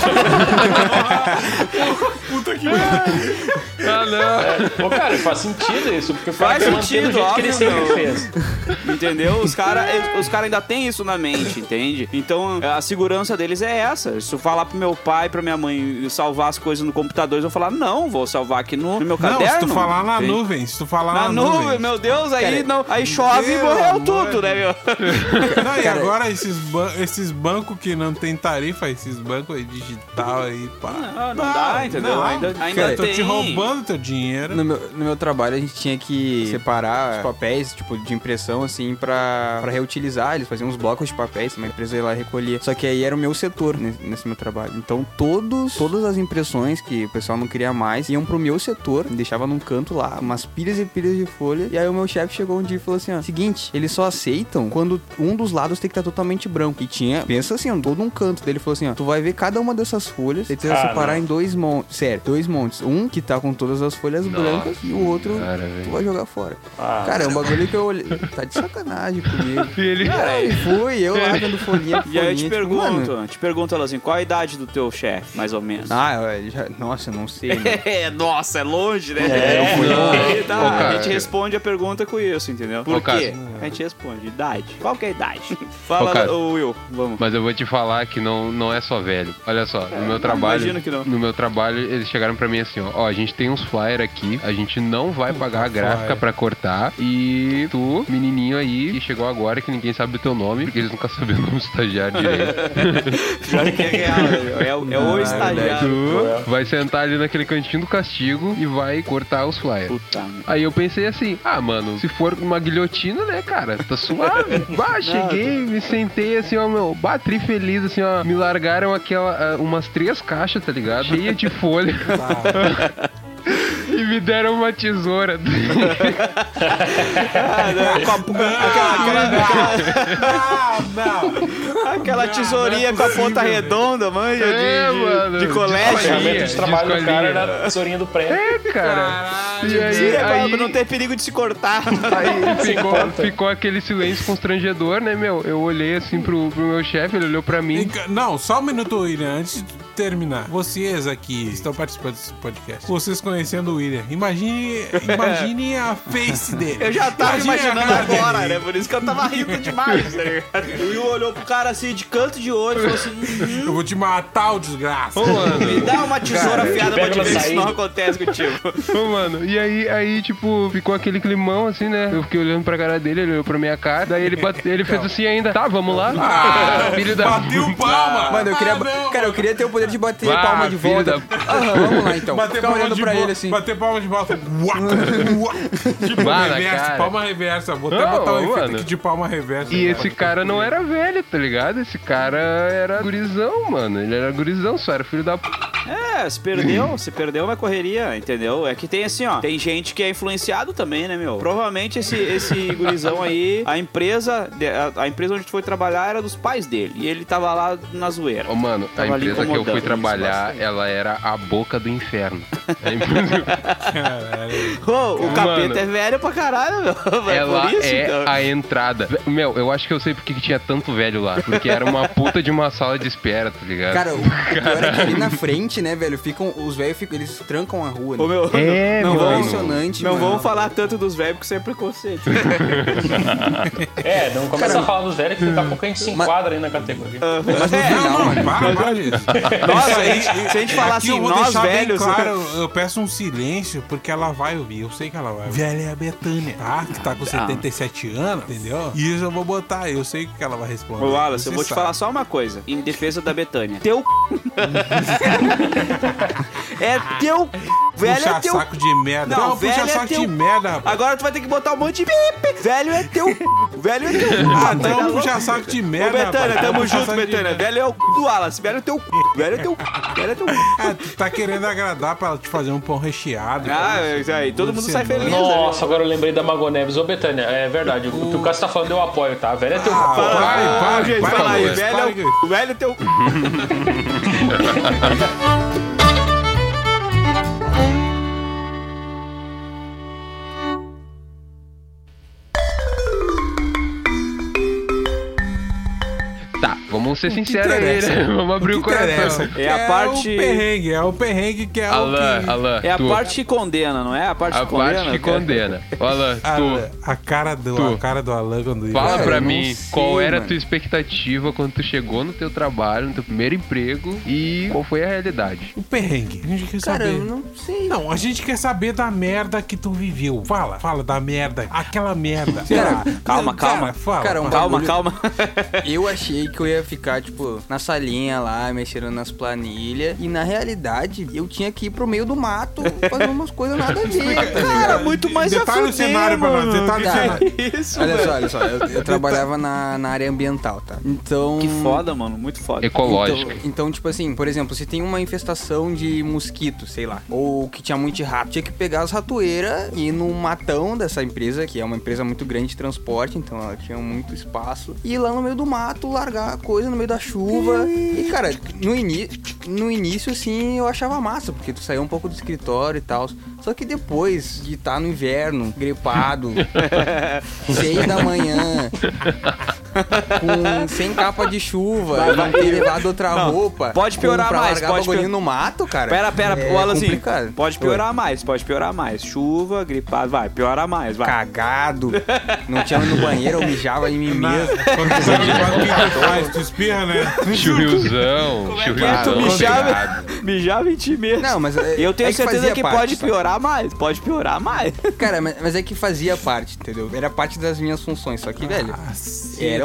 Ah, não. Pô, cara, faz sentido isso, porque o cara Faz quer manter do sentido, jeito que ele óbvio, sempre meu. fez. Entendeu? Os caras os cara ainda têm isso na mente, entende? Então a segurança deles é essa. Se eu falar pro meu pai e pra minha mãe salvar as coisas no computador, eles vão falar: não, vou salvar aqui no, no meu Não, caderno. se tu falar na entende? nuvem, se tu falar Na na, nuvem, meu Deus, aí, Cara, não, aí chove e meu morreu amor tudo, de né, meu? Não, e Cara, agora esses, ban esses bancos que não tem tarifa, esses bancos aí digital aí, pá. Não, não dá, entendeu? Não, Ainda- ainda cara, tô tem. te roubando teu dinheiro. No meu, no meu trabalho, a gente tinha que separar os papéis, tipo, de impressão, assim, pra, pra reutilizar. Eles faziam uns blocos de papéis, uma empresa ia lá e recolhia. Só que aí era o meu setor nesse, nesse meu trabalho. Então, todos, todas as impressões que o pessoal não queria mais iam pro meu setor, deixava num canto lá, umas pilhas e pilhas de folha. E aí o meu chefe chegou um dia e falou assim, ó, seguinte, eles só aceitam quando um dos lados tem que estar totalmente branco. E tinha, pensa assim, ó, todo um canto. Daí ele falou assim, ó, tu vai ver cada uma dessas folhas, e tu vai Ah, separar não. em dois montes. Sério, dois montes. Um que tá com todas as folhas brancas e o outro Cara, tu velho. vai jogar fora. Ah. Cara, é um bagulho que eu olhei. Tá de sacanagem comigo. E ele... Aí fui, eu lá dando folhinha. E aí eu te folhinha, tipo, mano, pergunto, te pergunto, Alanzinho, qual a idade do teu chefe, mais ou menos? Ah, eu já, nossa, eu não sei, mano. É, nossa, é longe, né? É, Não, não. tá, Ô, cara. a gente responde a pergunta com isso, entendeu? Por Ô, cara. quê? A gente responde, idade. Qual que é a idade? Fala, Ô, cara. ô, Will, vamos. Mas eu vou te falar que não, não é só velho. Olha só, no meu trabalho. imagino que não. No meu trabalho, eles chegaram pra mim assim, ó. Ó, a gente tem uns flyer aqui, a gente não vai pagar a gráfica flyer. pra cortar. E tu, menininho aí, que chegou agora, que ninguém sabe o teu nome, porque eles nunca sabiam o nome do estagiário direito. Pior que é real, velho. É, o- é o estagiário. Tu vai sentar ali naquele cantinho do castigo e vai cortar os flyers. Puta merda. Aí eu pensei assim, ah, mano, se for uma guilhotina, né, cara, tá suave. Bah, cheguei, me sentei assim, ó, meu, batri feliz, assim, ó, me largaram aquela, uh, umas três caixas, tá ligado? Cheia de folha. E me deram uma tesoura. Ah, não, com a- aquela, aquela, Não, não. aquela tesourinha com a ponta redonda, manja, de, É, de, mano, de de colégio. escolinha. A ferramenta de trabalho do cara escolinha. era a tesourinha do prédio. É, cara. E aí, Sim, aí, pra não ter perigo de se cortar. aí ficou, conta. ficou aquele silêncio constrangedor, né, meu? Eu olhei assim pro, pro meu chefe, ele olhou pra mim. Enca- Não, só um minuto, William, antes de terminar. Vocês aqui estão participando desse podcast. Vocês conhecendo o William. Imagine, imagine a face dele. Eu já tava Imagine a imaginando cara agora, dele. né? Por isso que eu tava rindo demais, tá ligado? O Will olhou pro cara assim, de canto de olho, e falou assim: "Uhum, Eu vou te matar, o desgraça. Ô, mano. me dá uma tesoura afiada pra pega te no ver se isso saída. não acontece contigo." Ô, mano, e aí, aí, tipo, ficou aquele climão, assim, né? Eu fiquei olhando pra cara dele, ele olhou pra minha cara, daí ele, bate, ele fez assim ainda, tá, vamos lá? Ah, filho da... bateu palma. Mano, eu queria. Ah, não, cara, eu queria ter o poder de bater Ah, palma de filho volta. da- Aham, vamos lá então. Bater Ficar palma olhando de pra volta, ele assim. Bater palma de volta. Uá, uá. Tipo, Bah, na reversa, cara. palma reversa. Vou até Não, botar um efeito mano. aqui de palma reversa. E esse cara não era velho, tá ligado? Esse cara era gurizão, mano. Ele era gurizão, só era filho da... p- É, se perdeu, se perdeu na correria, entendeu? É que tem assim, ó, tem gente que é influenciado também, né, meu? Provavelmente esse, esse gurizão aí, a empresa, a, a empresa onde tu foi trabalhar era dos pais dele, e ele tava lá na zoeira. Ô, mano, a Tava ali empresa que eu fui incomodando, trabalhar, isso, ela era a boca do inferno. A empresa- Ô, o capeta Mano. é velho pra caralho, meu. É Ela por isso, é então. a entrada. Ve- Meu, eu acho que eu sei porque que tinha tanto velho lá. Porque era uma puta de uma sala de espera, tá ligado? Cara, o pior é que ali na frente, né, velho, ficam. Os velhos ficam. Eles trancam a rua, né? Ô, meu, É, não, mano. vamos, Impressionante, não mano. vamos falar tanto dos velhos porque isso é preconceito. É, não começa a falar dos velhos que daqui a pouco a gente se Mas- enquadra aí na categoria. Mas no final, Não, mano. para, para disso. Nossa, a gente- se a gente falar Aqui assim, eu vou nós deixar bem velhos. claro, eu peço um silêncio, porque ela vai ouvir. Eu sei que ela vai ouvir. Velha é a Betânia, tá? Que tá com setenta e sete anos, entendeu? E isso eu vou botar, eu sei que ela vai responder. Ô, Wallace, Você eu vou te sabe. falar só uma coisa, em defesa da Betânia. Teu é teu velho Puxa é teu saco de merda. Não, Não, puxa velho é saco teu- de merda, rapaz. Agora tu vai ter que botar um monte de bip. Velho é teu velho é teu Ah, Vai dar então louco. puxa saco de Ô, merda, Betânia, rapaz. tamo Puxa junto, saco de Betânia. merda. Velho é o do Wallace, velho é teu velho é teu velho é teu Ah, tu tá querendo agradar pra ela te fazer um pão recheado. Ah, cara. isso aí, todo mundo sai Semana. feliz. Nossa, agora eu lembrei da Mago Neves. Ô, Betânia, é verdade. O que o Cássio tá falando eu apoio, tá? Velho é teu... Ah, Fala, Para, para, gente, para, fala aí, Luiz, velho, para é o- com velho é teu Tá, vamos ser que sinceros aí, interessa? né? Vamos abrir o, que coração. interessa? É a Que parte- É o perrengue, é o perrengue que é Alan, o que... Alan, É a tu, parte que condena, não é? A parte a que condena. parte que cara. condena. Ô, Alan, A, tu, a cara do, Tu. a cara do Alan quando... fala Cara, pra eu não mim sei, qual era a mano. tua expectativa quando tu chegou no teu trabalho, no teu primeiro emprego e qual foi a realidade. O perrengue. A gente quer Cara, saber. eu não sei. Não, a gente quer saber da merda que tu viveu. Fala, fala da merda. Aquela merda. Sei Cara, lá. calma, Cara, calma. fala. Cara, um fala. Calma, bagulho- calma. Eu achei que eu ia ficar, tipo, na salinha lá, mexendo nas planilhas. E na realidade, eu tinha que ir pro meio do mato fazer umas coisas nada a ver, tá ligado? Cara, muito mais a Detalhe o fuder, cenário pra nós, mano. detalhe o Que cenário. que é isso, Olha velho? só, olha só, eu, eu trabalhava na, na área ambiental, tá? Então... Que foda, mano, muito foda. Ecológica. Então, então, tipo assim, por exemplo, se tem uma infestação de mosquito, sei lá, ou que tinha muito rato, tinha que pegar as ratoeiras e ir no matão dessa empresa, que é uma empresa muito grande de transporte, então ela tinha muito espaço, e ir lá no meio do mato, largar a coisa no meio da chuva. E, cara, no, ini no início, assim, eu achava massa, porque tu saía um pouco do escritório e tal. Só que depois de estar no inverno, gripado, seis da manhã, com, sem capa de chuva, Vai, e não vai. ter levado outra Não, roupa. pode piorar com- pra mais, largar pode bagulhinho pior- no mato, cara. Pera, pera, é o Alanzinho, complicado. pode piorar mais, pode piorar mais. Chuva, gripado, vai, piora mais, vai. Cagado. Não tinha ido no banheiro, eu mijava em mim Na- mesmo. Quando tu sai de casa, o que que tu faz? Tu espirra, né? Churrilzão, Como é que é? churrilzão. Tu mijava, ligado. mijava em ti mesmo. Não, mas é- E eu tenho é que certeza fazia que parte, pode sabe? piorar mais, pode piorar mais. Cara, mas, mas é que fazia parte, entendeu? Era parte das minhas funções. Só que, velho, Caceta, era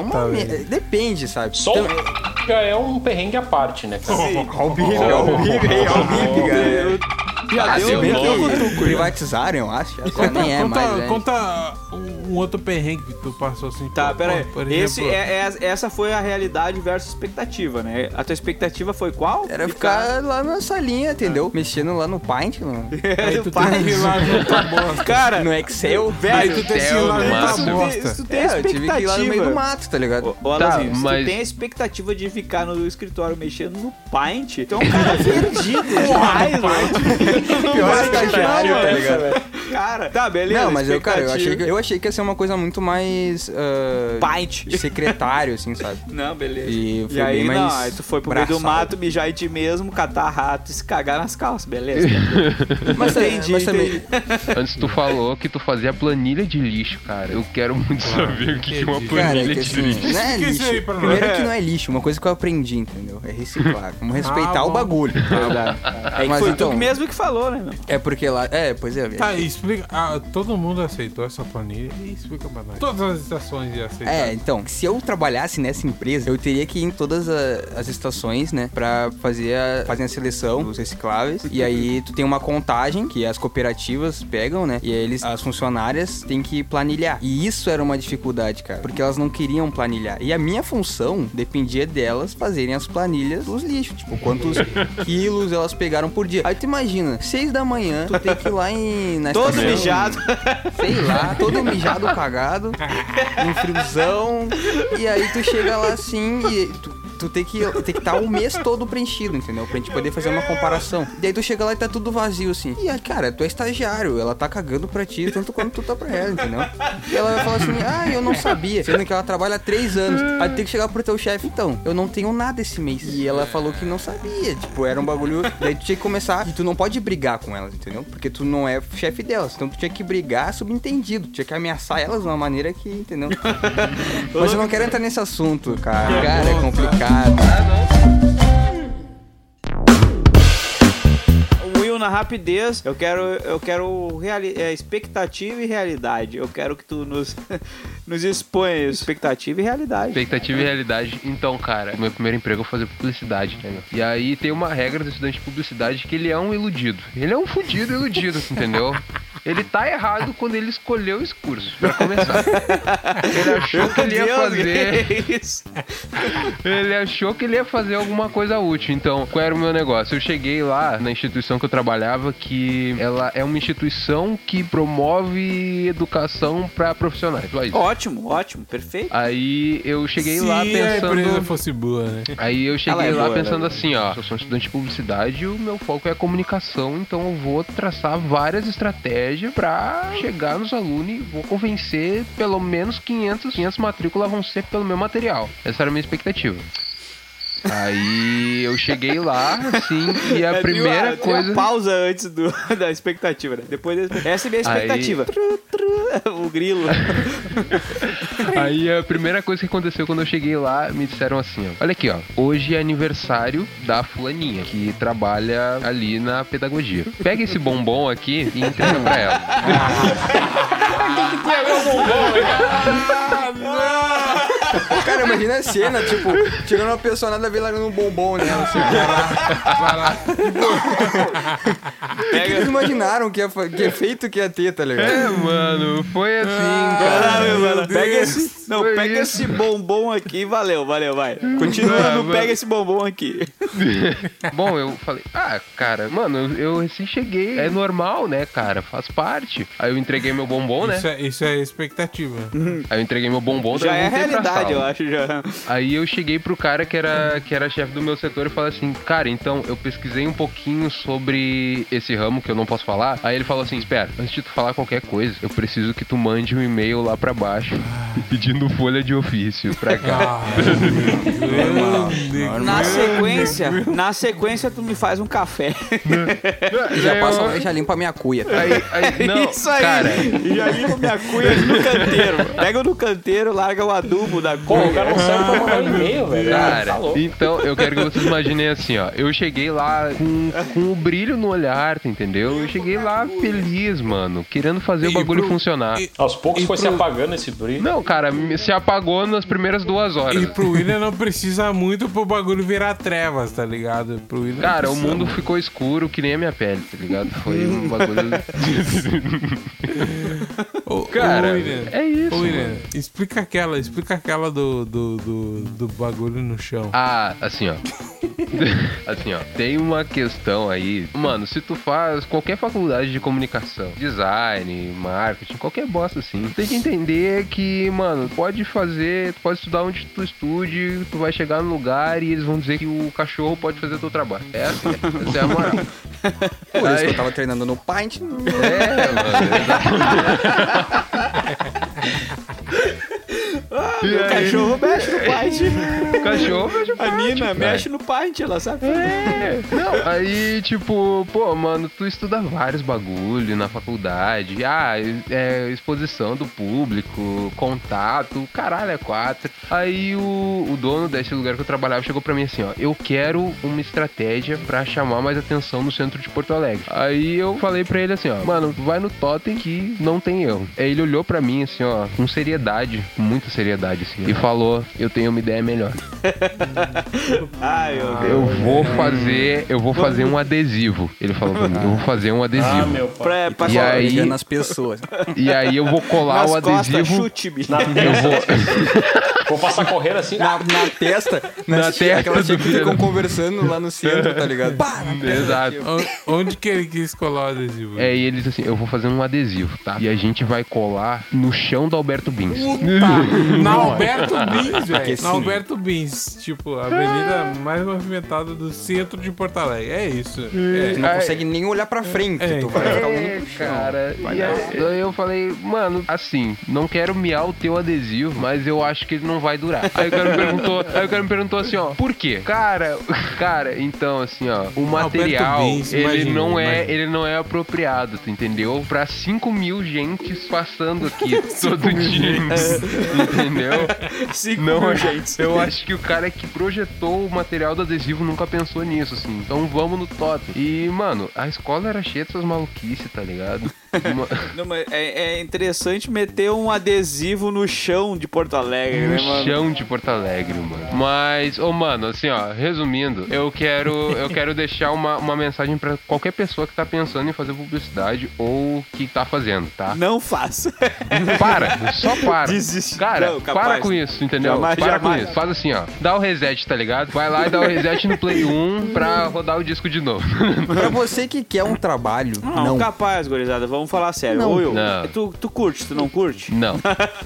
uma... velho. me- Depende, sabe? Só Então, o já é um perrengue à parte, né, cara? Ó o Big, ó o Big, aí, ó o Big, cara. Já Ah, deu se bem que um eu privatizaram, eu acho. Agora Conta, nem é conta, mais, né? conta um outro perrengue que tu passou assim. Tá, pô, pera aí. por Esse exemplo, é, é- essa foi a realidade versus expectativa, né? A tua expectativa foi qual? Era ficar lá na salinha, entendeu? Mexendo lá no Paint, no, Aí tu Pai. tem que ir lá juntar bosta. Cara, no Excel. Aí velho, tu tem que ir Excel, lá no juntar máximo. bosta. se tu tem É, eu tive que ir lá no meio do expectativa... mato, tá ligado? Ô, ô, Tá, Alazinho, se mas- tu tem a expectativa de ficar no escritório mexendo no Paint, tu é um cara perdido demais, velho. Pior estagiário, tá ligado? Cara, tá, beleza. Não, mas eu, cara, eu achei, que, expectativa. eu achei que ia ser uma coisa muito mais. ah, Paint. secretário, assim, sabe? Não, beleza. E foi E aí, bem não, mais aí tu foi pro meio do braçal. mato, mijar em ti mesmo, catar rato e se cagar nas calças, beleza. Mas, Entendi, mas também. entendi. Antes tu falou que tu fazia planilha de lixo, cara. Eu quero muito saber o que que é uma entendi. Cara, planilha é que de assim, lixo. não é Explica isso aí lixo. pra nós. Primeiro que não é lixo, uma coisa que eu aprendi, entendeu? É reciclar. Vamos respeitar Ah, o bom. bagulho. É que Mas foi então- tu mesmo que falou, né, meu? É porque lá. É, pois é. Tá, e explica. Ah, todo mundo aceitou essa planilha e explica pra nós. Todas as estações iam aceitar. É, então, se eu trabalhasse nessa empresa, eu teria que ir em todas a- as estações, né, pra fazer a, fazer a seleção dos recicláveis. E aí tu tem uma contagem que as cooperativas pegam, né, e aí eles, as funcionárias têm que planilhar. E isso era uma dificuldade, cara, porque elas não queriam planilhar. E a minha função dependia delas fazerem as planilhas dos lixos, tipo, quantos quilos elas pegaram por dia. Aí tu imagina, seis da manhã, tu tem que ir lá em... Na Todo estação, mijado. sei lá, todo mijado, cagado, um friozão, e aí tu chega lá assim e tu, tu tem que tem que estar o mês todo preenchido, entendeu? Pra gente poder fazer uma comparação. E aí tu chega lá e tá tudo vazio, assim. E aí, cara, tu é estagiário, ela tá cagando pra ti, tanto quanto tu tá pra ela, entendeu? E ela vai falar assim, ah, eu não sabia, sendo que ela trabalha há três anos. Aí tu tem que chegar pro teu chefe, então, eu não tenho nada esse mês. E ela falou que não sabia, tipo, era um bagulho... Daí tu tinha que começar, e tu não pode brigar com elas, entendeu? Porque tu não é chefe delas, então tu tinha que brigar subentendido, tu tinha que ameaçar elas de uma maneira que, entendeu? Mas eu não quero entrar nesse assunto, cara. Cara, é complicado. O Will, na rapidez, eu quero, eu quero reali- é, expectativa e realidade. Eu quero que tu nos, nos exponha expectativa e realidade. Expectativa e realidade. Então, cara, meu primeiro emprego eu fazer publicidade, né, meu? E aí tem uma regra do estudante de publicidade que ele é um iludido. Ele é um fudido iludido, entendeu? Ele tá errado quando ele escolheu esse curso, pra começar. Ele achou que ele ia Deus, fazer... que é isso? Ele achou que ele ia fazer alguma coisa útil. Então, qual era o meu negócio? Eu cheguei lá na instituição que eu trabalhava, que ela é uma instituição que promove educação pra profissionais. Só isso. Ótimo, ótimo, perfeito. Aí eu cheguei Se lá a empresa pensando... fosse boa, né? Aí eu cheguei Ela é lá boa, pensando ela é assim, ó, eu sou um estudante de publicidade e o meu foco é a comunicação, então eu vou traçar várias estratégias pra chegar nos alunos e vou convencer pelo menos quinhentas, quinhentas matrículas vão ser pelo meu material. Essa era a minha expectativa. Aí eu cheguei lá, assim, e a É, primeira tem uma- tem uma coisa... pausa antes do, da expectativa, né? Depois desse- essa é a minha Aí- expectativa. Tru, tru, o grilo. Aí a primeira coisa que aconteceu quando eu cheguei lá, me disseram assim, ó. Olha aqui, ó. Hoje é aniversário da fulaninha, que trabalha ali na pedagogia. Pega esse bombom aqui e entrega pra ela. Cara, imagina a cena, tipo, tirando uma pessoa nada a ver largando um bombom nela, assim. Vai lá. O que eles imaginaram que, ia, fa- que efeito que ia ter, tá ligado? É, mano, foi assim, Caralho, cara. mano. Pega esse. Não, Foi pega isso. esse bombom aqui. Valeu, valeu, vai. Continua Ah, no mano. pega esse bombom aqui. Bom, eu falei, ah, cara, mano, eu, eu recém cheguei. É normal, né, cara? Faz parte. Aí eu entreguei meu bombom, né? Isso é, isso é expectativa. Aí eu entreguei meu bombom, Já daí eu é voltei pra realidade, eu sala. acho, já. Aí eu cheguei pro cara que era, que era chefe do meu setor e falei assim, cara, então eu pesquisei um pouquinho sobre esse ramo que eu não posso falar. Aí ele falou assim, espera, antes de tu falar qualquer coisa, eu preciso que tu mande um e-mail lá pra baixo pedindo folha de ofício pra cá. Ah, meu Deus. Na sequência, sequência, na sequência tu me faz um café. Já Eu- passa lá e já limpa a minha cuia. Aí, aí, não, Isso aí. cara, E já limpa minha cuia no canteiro. Pega no canteiro, larga o adubo da Pô, o cuia. cara não serve pra mandar um e-mail, velho. Cara, Tá louco. então eu quero que vocês imaginem assim, ó. Eu cheguei lá com, com o brilho no olhar, tá entendeu? Eu cheguei lá feliz, mano, querendo fazer o E bagulho pro- funcionar. e- Aos poucos E foi se pro- apagando esse brilho. Não, cara, me- se apagou nas primeiras duas horas. E pro William não precisa muito pro bagulho virar trevas, tá ligado? Pro William não Cara, o precisa mundo muito. ficou escuro que nem a minha pele, tá ligado? Foi um bagulho. Ô, Cara, ô, William, é isso, ô, William, mano. explica aquela, explica aquela do, do, do, do bagulho no chão. Ah, assim, ó. Assim, ó. Tem uma questão aí. Mano, se tu faz qualquer faculdade de comunicação, design, marketing, qualquer bosta assim, tem que entender que, mano, pode fazer, tu pode estudar onde tu estude, tu vai chegar no lugar e eles vão dizer que o cachorro pode fazer teu trabalho. É assim, essa é a moral. Por isso Aí- que eu tava treinando no Paint. É, mano. Ah, meu cachorro mexe no paint. O cachorro mexe no A Nina paint, mexe no paint, ela sabe. É, não, aí, tipo, pô, mano, tu estuda vários bagulho na faculdade. Ah, é, exposição do público, contato, caralho, é quatro. Aí o, o dono desse lugar que eu trabalhava chegou pra mim assim, ó, eu quero uma estratégia pra chamar mais atenção no centro de Porto Alegre. Aí eu falei pra ele assim, ó, mano, vai no Totem que não tem erro. Aí ele olhou pra mim assim, ó, com seriedade, com muita seriedade, assim, e falou, eu tenho uma ideia melhor. Ai, meu Deus. Eu vou fazer, eu vou fazer um adesivo. Ele falou pra mim, eu vou fazer um Ah, adesivo. meu pai. Pra, pra E aí- Ligando as pessoas. E aí eu vou colar nas o costas, adesivo. chute-me. Na Eu testa. vou. Vou passar correndo assim. Na, na testa. Na nas- testa Aquelas do que filho ficam da- conversando lá no centro, tá ligado? Pá, na testa. Exato. O- Onde que ele quis colar o adesivo? É, e ele disse assim, eu vou fazer um adesivo, tá? E a gente vai colar no chão do Alberto Bins. Na Alberto Bins, velho. Porque Na sim. Alberto Bins. Tipo, a avenida mais movimentada do centro de Porto Alegre. É isso. É. Tu não consegue nem olhar pra frente. É, Tu vai ficar É, olhando pro chão. cara. E aí, aí eu falei, mano, assim, não quero miar o teu adesivo, mas eu acho que ele não vai durar. Aí o cara me perguntou, aí o cara me perguntou assim, ó, por quê? Cara, cara, então assim, ó, o material, Bins, ele imagina, não é, imagina. ele não é apropriado, tu entendeu? Pra cinco mil gentes passando aqui todo dia, entendeu? Cinco Não, mil é- gentes. eu acho que o cara que projetou o material do adesivo nunca pensou nisso, assim. Então vamos no Totem. E, mano, a escola era cheia dessas maluquices, tá ligado? Uma- Não, mas é, é interessante meter um adesivo no chão de Porto Alegre, né, No mano? chão de Porto Alegre, mano. Mas, ô, mano, assim, ó, resumindo, eu quero, eu quero deixar uma, uma mensagem pra qualquer pessoa que tá pensando em fazer publicidade ou que tá fazendo, tá? Não faça. Para, só para. Desiste. Cara, Não, capaz. para com isso, entendeu? Jamais, para jamais. com isso. Faz assim, ó. Dá o reset, tá ligado? Vai lá e dá o reset no Play um pra rodar o disco de novo. Pra você que quer um trabalho, Não, não. capaz, gurizada. Vamos falar sério. Não. Ô, Will, Não. Tu, tu curte, tu não curte? Não.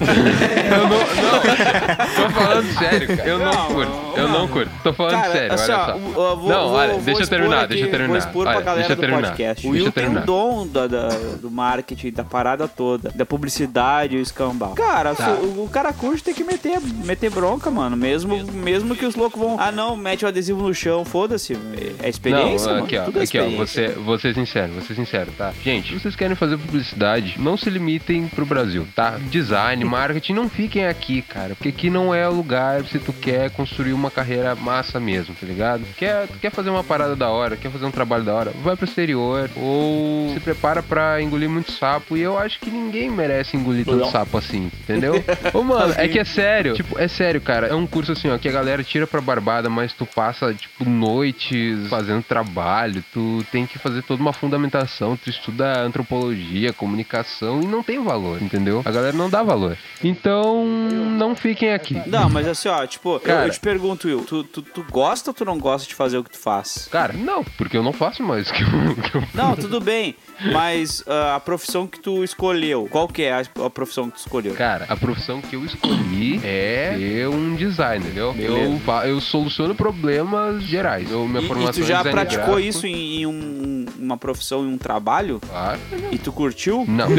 Eu não, não. Tô falando sério, cara. Eu não, Não, curto. Eu não curto. Tô falando Cara, sério, assim, olha ó, só. eu vou- Não, vou- olha, vou deixa eu expor terminar, aqui, deixa eu terminar. Vou expor Olha, pra galera deixa eu do terminar. podcast. O Deixa eu Will tem um terminar. dom da, da- do marketing, da parada toda, da publicidade e o escambau. Cara, Tá. se o, o cara curte tem que meter, meter bronca, mano. Mesmo, mesmo que os loucos vão... Ah, não, mete o adesivo no chão, foda-se. É experiência, Não, mano. aqui, ó, Tudo é aqui, ó, experiência. você, vou ser sincero, vou ser sincero, tá? Gente, se vocês querem fazer publicidade, não se limitem pro Brasil, tá? Design, marketing, não fiquem aqui, cara, porque aqui não é o lugar se tu quer construir uma carreira massa mesmo, tá ligado? Quer, tu quer fazer uma parada da hora, quer fazer um trabalho da hora, vai pro exterior, ou se prepara pra engolir muito sapo, e eu acho que ninguém merece engolir tanto Não. sapo assim, entendeu? Ô, mano, é que é sério, tipo, é sério, cara, é um curso assim, ó, que a galera tira pra barbada, mas tu passa, tipo, noites fazendo trabalho, tu tem que fazer toda uma fundamentação, tu estuda antropologia, comunicação, e não tem valor, entendeu? A galera não dá valor. Então, não fiquem aqui. Não, mas assim, ó, tipo, eu- Cara. eu, te pergunto, Will, tu, tu, tu gosta ou tu não gosta de fazer o que tu faz? Cara, não, porque eu não faço mais o que eu, que eu Não, tudo bem, mas ah, a profissão que tu escolheu, qual que é a, a profissão que tu escolheu? Cara, a profissão que eu escolhi é ser um designer, entendeu? Eu, fa- eu soluciono problemas gerais. Eu, minha E, e formação tu já é design praticou gráfico. isso em, em um, uma profissão e um trabalho? Claro. E tu curtiu? Não.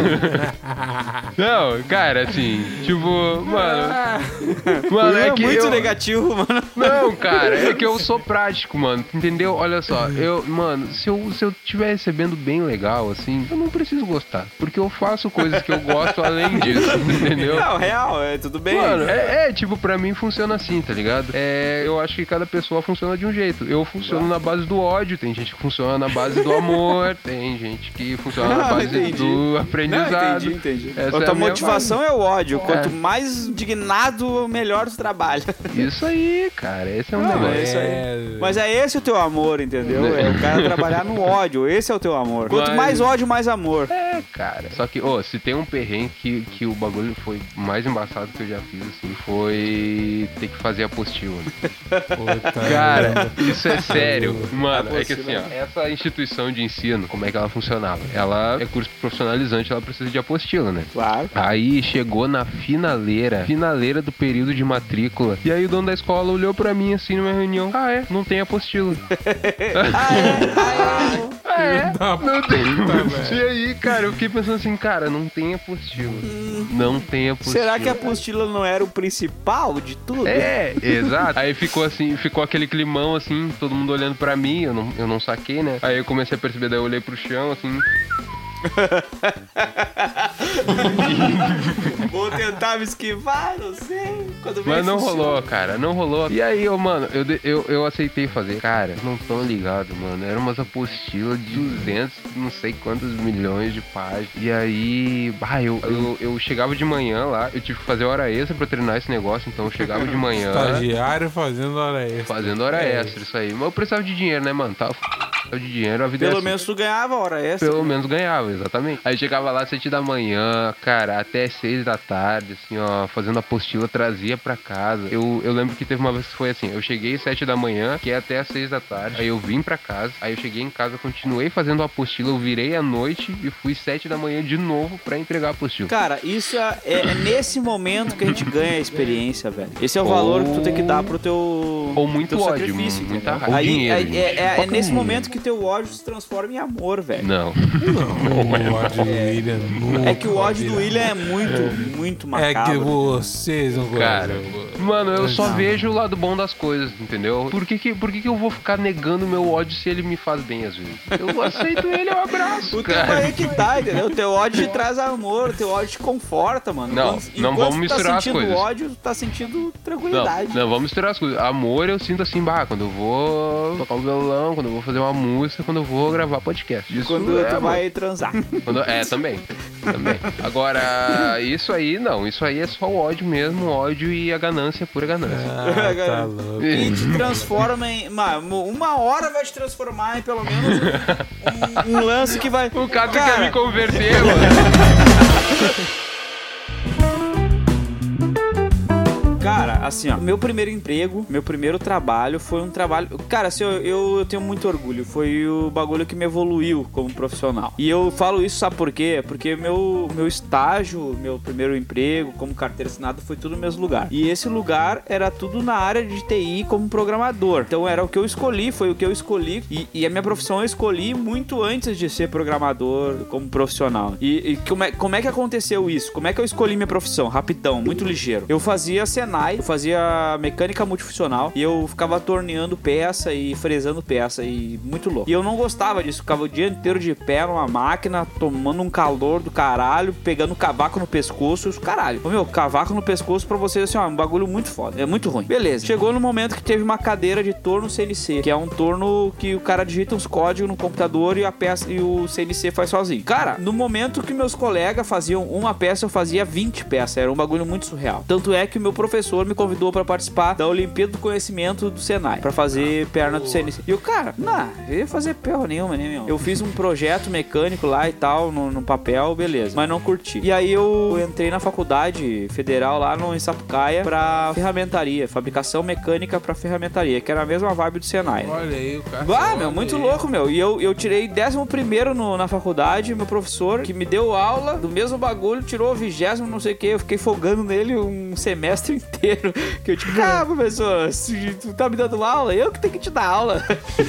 Não, cara, assim, tipo, mano. Mano, é que muito eu... negativo, mano. Não, cara, é que eu sou prático, mano. Entendeu? Olha só, eu, mano, se eu, se eu tiver recebendo bem legal, assim, eu não preciso gostar. Porque eu faço coisas que eu gosto além disso, entendeu? Não, real, é tudo bem. Mano, é, é, tipo, pra mim funciona assim, tá ligado? É, eu acho que cada pessoa funciona de um jeito. Eu funciono na base do ódio, tem gente que funciona na base do amor, tem gente que funciona na base entendi. do aprendizado. Não, entendi, entendi. Essa A é tua a minha motivação base. é o ódio. É. Quanto mais indignado, melhor tu trabalha. Isso aí, cara, esse é um Não, negócio. é isso aí. Mas é esse o teu amor, entendeu? É. É o cara trabalhar no ódio. Esse é o teu amor. Quanto Mas- mais ódio, mais amor. É, cara. Só que, ô, se tem um perrengue que, que o bagulho foi mais embaçado que eu já fiz, assim, foi ter que fazer apostila. Puta Cara, isso é sério. Mano, é que assim, Apostila. ó, essa instituição de ensino, como é que ela funcionava? Ela é curso profissionalizante, ela precisa de apostila, né? Claro. Aí chegou na finaleira, finaleira do período de matrícula. E aí o dono da escola olhou pra mim assim numa reunião. Ah, é? Não tem apostila. Ah, é? Não tem. E aí, cara, eu fiquei pensando assim, cara, não tem apostila. Não tem apostila. Será que a apostila não era o principal de tudo? É, exato. Aí ficou assim, ficou aquele climão assim, todo mundo olhando pra mim, eu não, eu não saquei, né? Aí eu comecei a perceber, daí eu olhei pro chão, assim. Vou tentar me esquivar, não sei. Quando Mas não funciona. rolou, cara, não rolou. E aí, eu, mano, eu, de- eu, eu aceitei fazer. Cara, não tão ligado, mano. Era umas apostilas de duzentos, não sei quantos milhões de páginas. E aí, bah, eu, eu, eu chegava de manhã lá, eu tive que fazer hora extra pra treinar esse negócio, então eu chegava de manhã. Estagiário fazendo hora extra. Fazendo hora É extra, isso aí. Mas eu precisava de dinheiro, né, mano? Tava f... de dinheiro, a vida é Pelo assim. menos tu ganhava hora extra. Pelo menos ganhava, exatamente. Aí chegava lá sete da manhã, cara, até seis da tarde, assim, ó, fazendo apostila, trazia pra casa. Eu, eu lembro que teve uma vez que foi assim, eu cheguei sete da manhã, que é até às seis da tarde, aí eu vim pra casa, aí eu cheguei em casa, continuei fazendo a apostila, eu virei à noite e fui sete da manhã de novo pra entregar a apostila. Cara, isso é, é- é nesse momento que a gente ganha a experiência, velho. Esse é o valor que tu tem que dar pro teu, Ou muito teu ódio, sacrifício. muita entendeu? raiva. Ou Aí, dinheiro, aí, gente. é, é- é Foca no nesse dinheiro. momento que teu ódio se transforma em amor, velho. Não. O ódio do William nunca É que o ódio do virá. William é muito, muito É macabro. que vocês não Cara, gostam. mano, eu só Não. vejo o lado bom das coisas, entendeu? Por que que, por que que eu vou ficar negando meu ódio se ele me faz bem às vezes? Eu aceito ele, eu abraço, O teu cara. aí que tá, entendeu? O teu ódio te traz amor, o teu ódio te conforta, mano. Não, Enquanto- não enquanto vamos tu misturar tá as sentindo coisas. ódio, tu tá sentindo Não, tranquilidade. não, vamos misturar as coisas. Amor, eu sinto assim, bah, quando eu vou tocar um violão, quando eu vou fazer uma música, quando eu vou gravar podcast. Isso Quando é tu amor. vai transar. Quando- É, também. Também. Agora, isso aí, não. Isso aí é só o ódio mesmo, o ódio e a ganância, pura ganância. Ah, tá louco. E te transforma em. ma- Uma hora vai te transformar em pelo menos um, um lance que vai. O cara, Cara, quer me converter, mano. Cara, assim, ó, meu primeiro emprego, meu primeiro trabalho foi um trabalho. Cara, assim, eu, eu, eu tenho muito orgulho. Foi o bagulho que me evoluiu como profissional. E eu falo isso, sabe por quê? Porque meu, meu estágio, meu primeiro emprego como carteira assinada foi tudo no mesmo lugar. E esse lugar era tudo na área de T I como programador. Então era o que eu escolhi, foi o que eu escolhi. E, e a minha profissão eu escolhi muito antes de ser programador como profissional. E, e como, é, como é que aconteceu isso? Como é que eu escolhi minha profissão? Rapidão, muito ligeiro. Eu fazia Senai, eu fazia mecânica multifuncional e eu ficava torneando peça e fresando peça e muito louco. E eu não gostava disso, ficava o dia inteiro de pé numa máquina, tomando um calor do caralho, pegando cavaco no pescoço, os caralho. Ô, meu, cavaco no pescoço pra vocês assim, ó, um bagulho muito foda, é muito ruim. Beleza, chegou no momento que teve uma cadeira de torno C N C, que é um torno que o cara digita uns códigos no computador e a peça e o C N C faz sozinho. Cara, no momento que meus colegas faziam uma peça, eu fazia vinte peças, era um bagulho muito surreal. Tanto é que o meu professor me convidou pra participar da Olimpíada do Conhecimento do Senai, pra fazer perna do C N C. E eu, cara, não, eu ia fazer perro nenhuma, né, meu? Eu fiz um projeto mecânico lá e tal, no, no papel, beleza, mas não curti. E aí eu entrei na faculdade federal lá no, em Sapucaia pra ferramentaria, fabricação mecânica pra ferramentaria, que era a mesma vibe do Senai. Olha aí, o cara. Ah, meu, muito louco, meu. E eu, eu tirei décimo primeiro no, na faculdade, meu professor, que me deu aula do mesmo bagulho, tirou o vigésimo, não sei o que. Eu fiquei folgando nele um semestre inteiro. que eu tipo, ah, professor, se tu tá me dando aula, eu que tenho que te dar aula.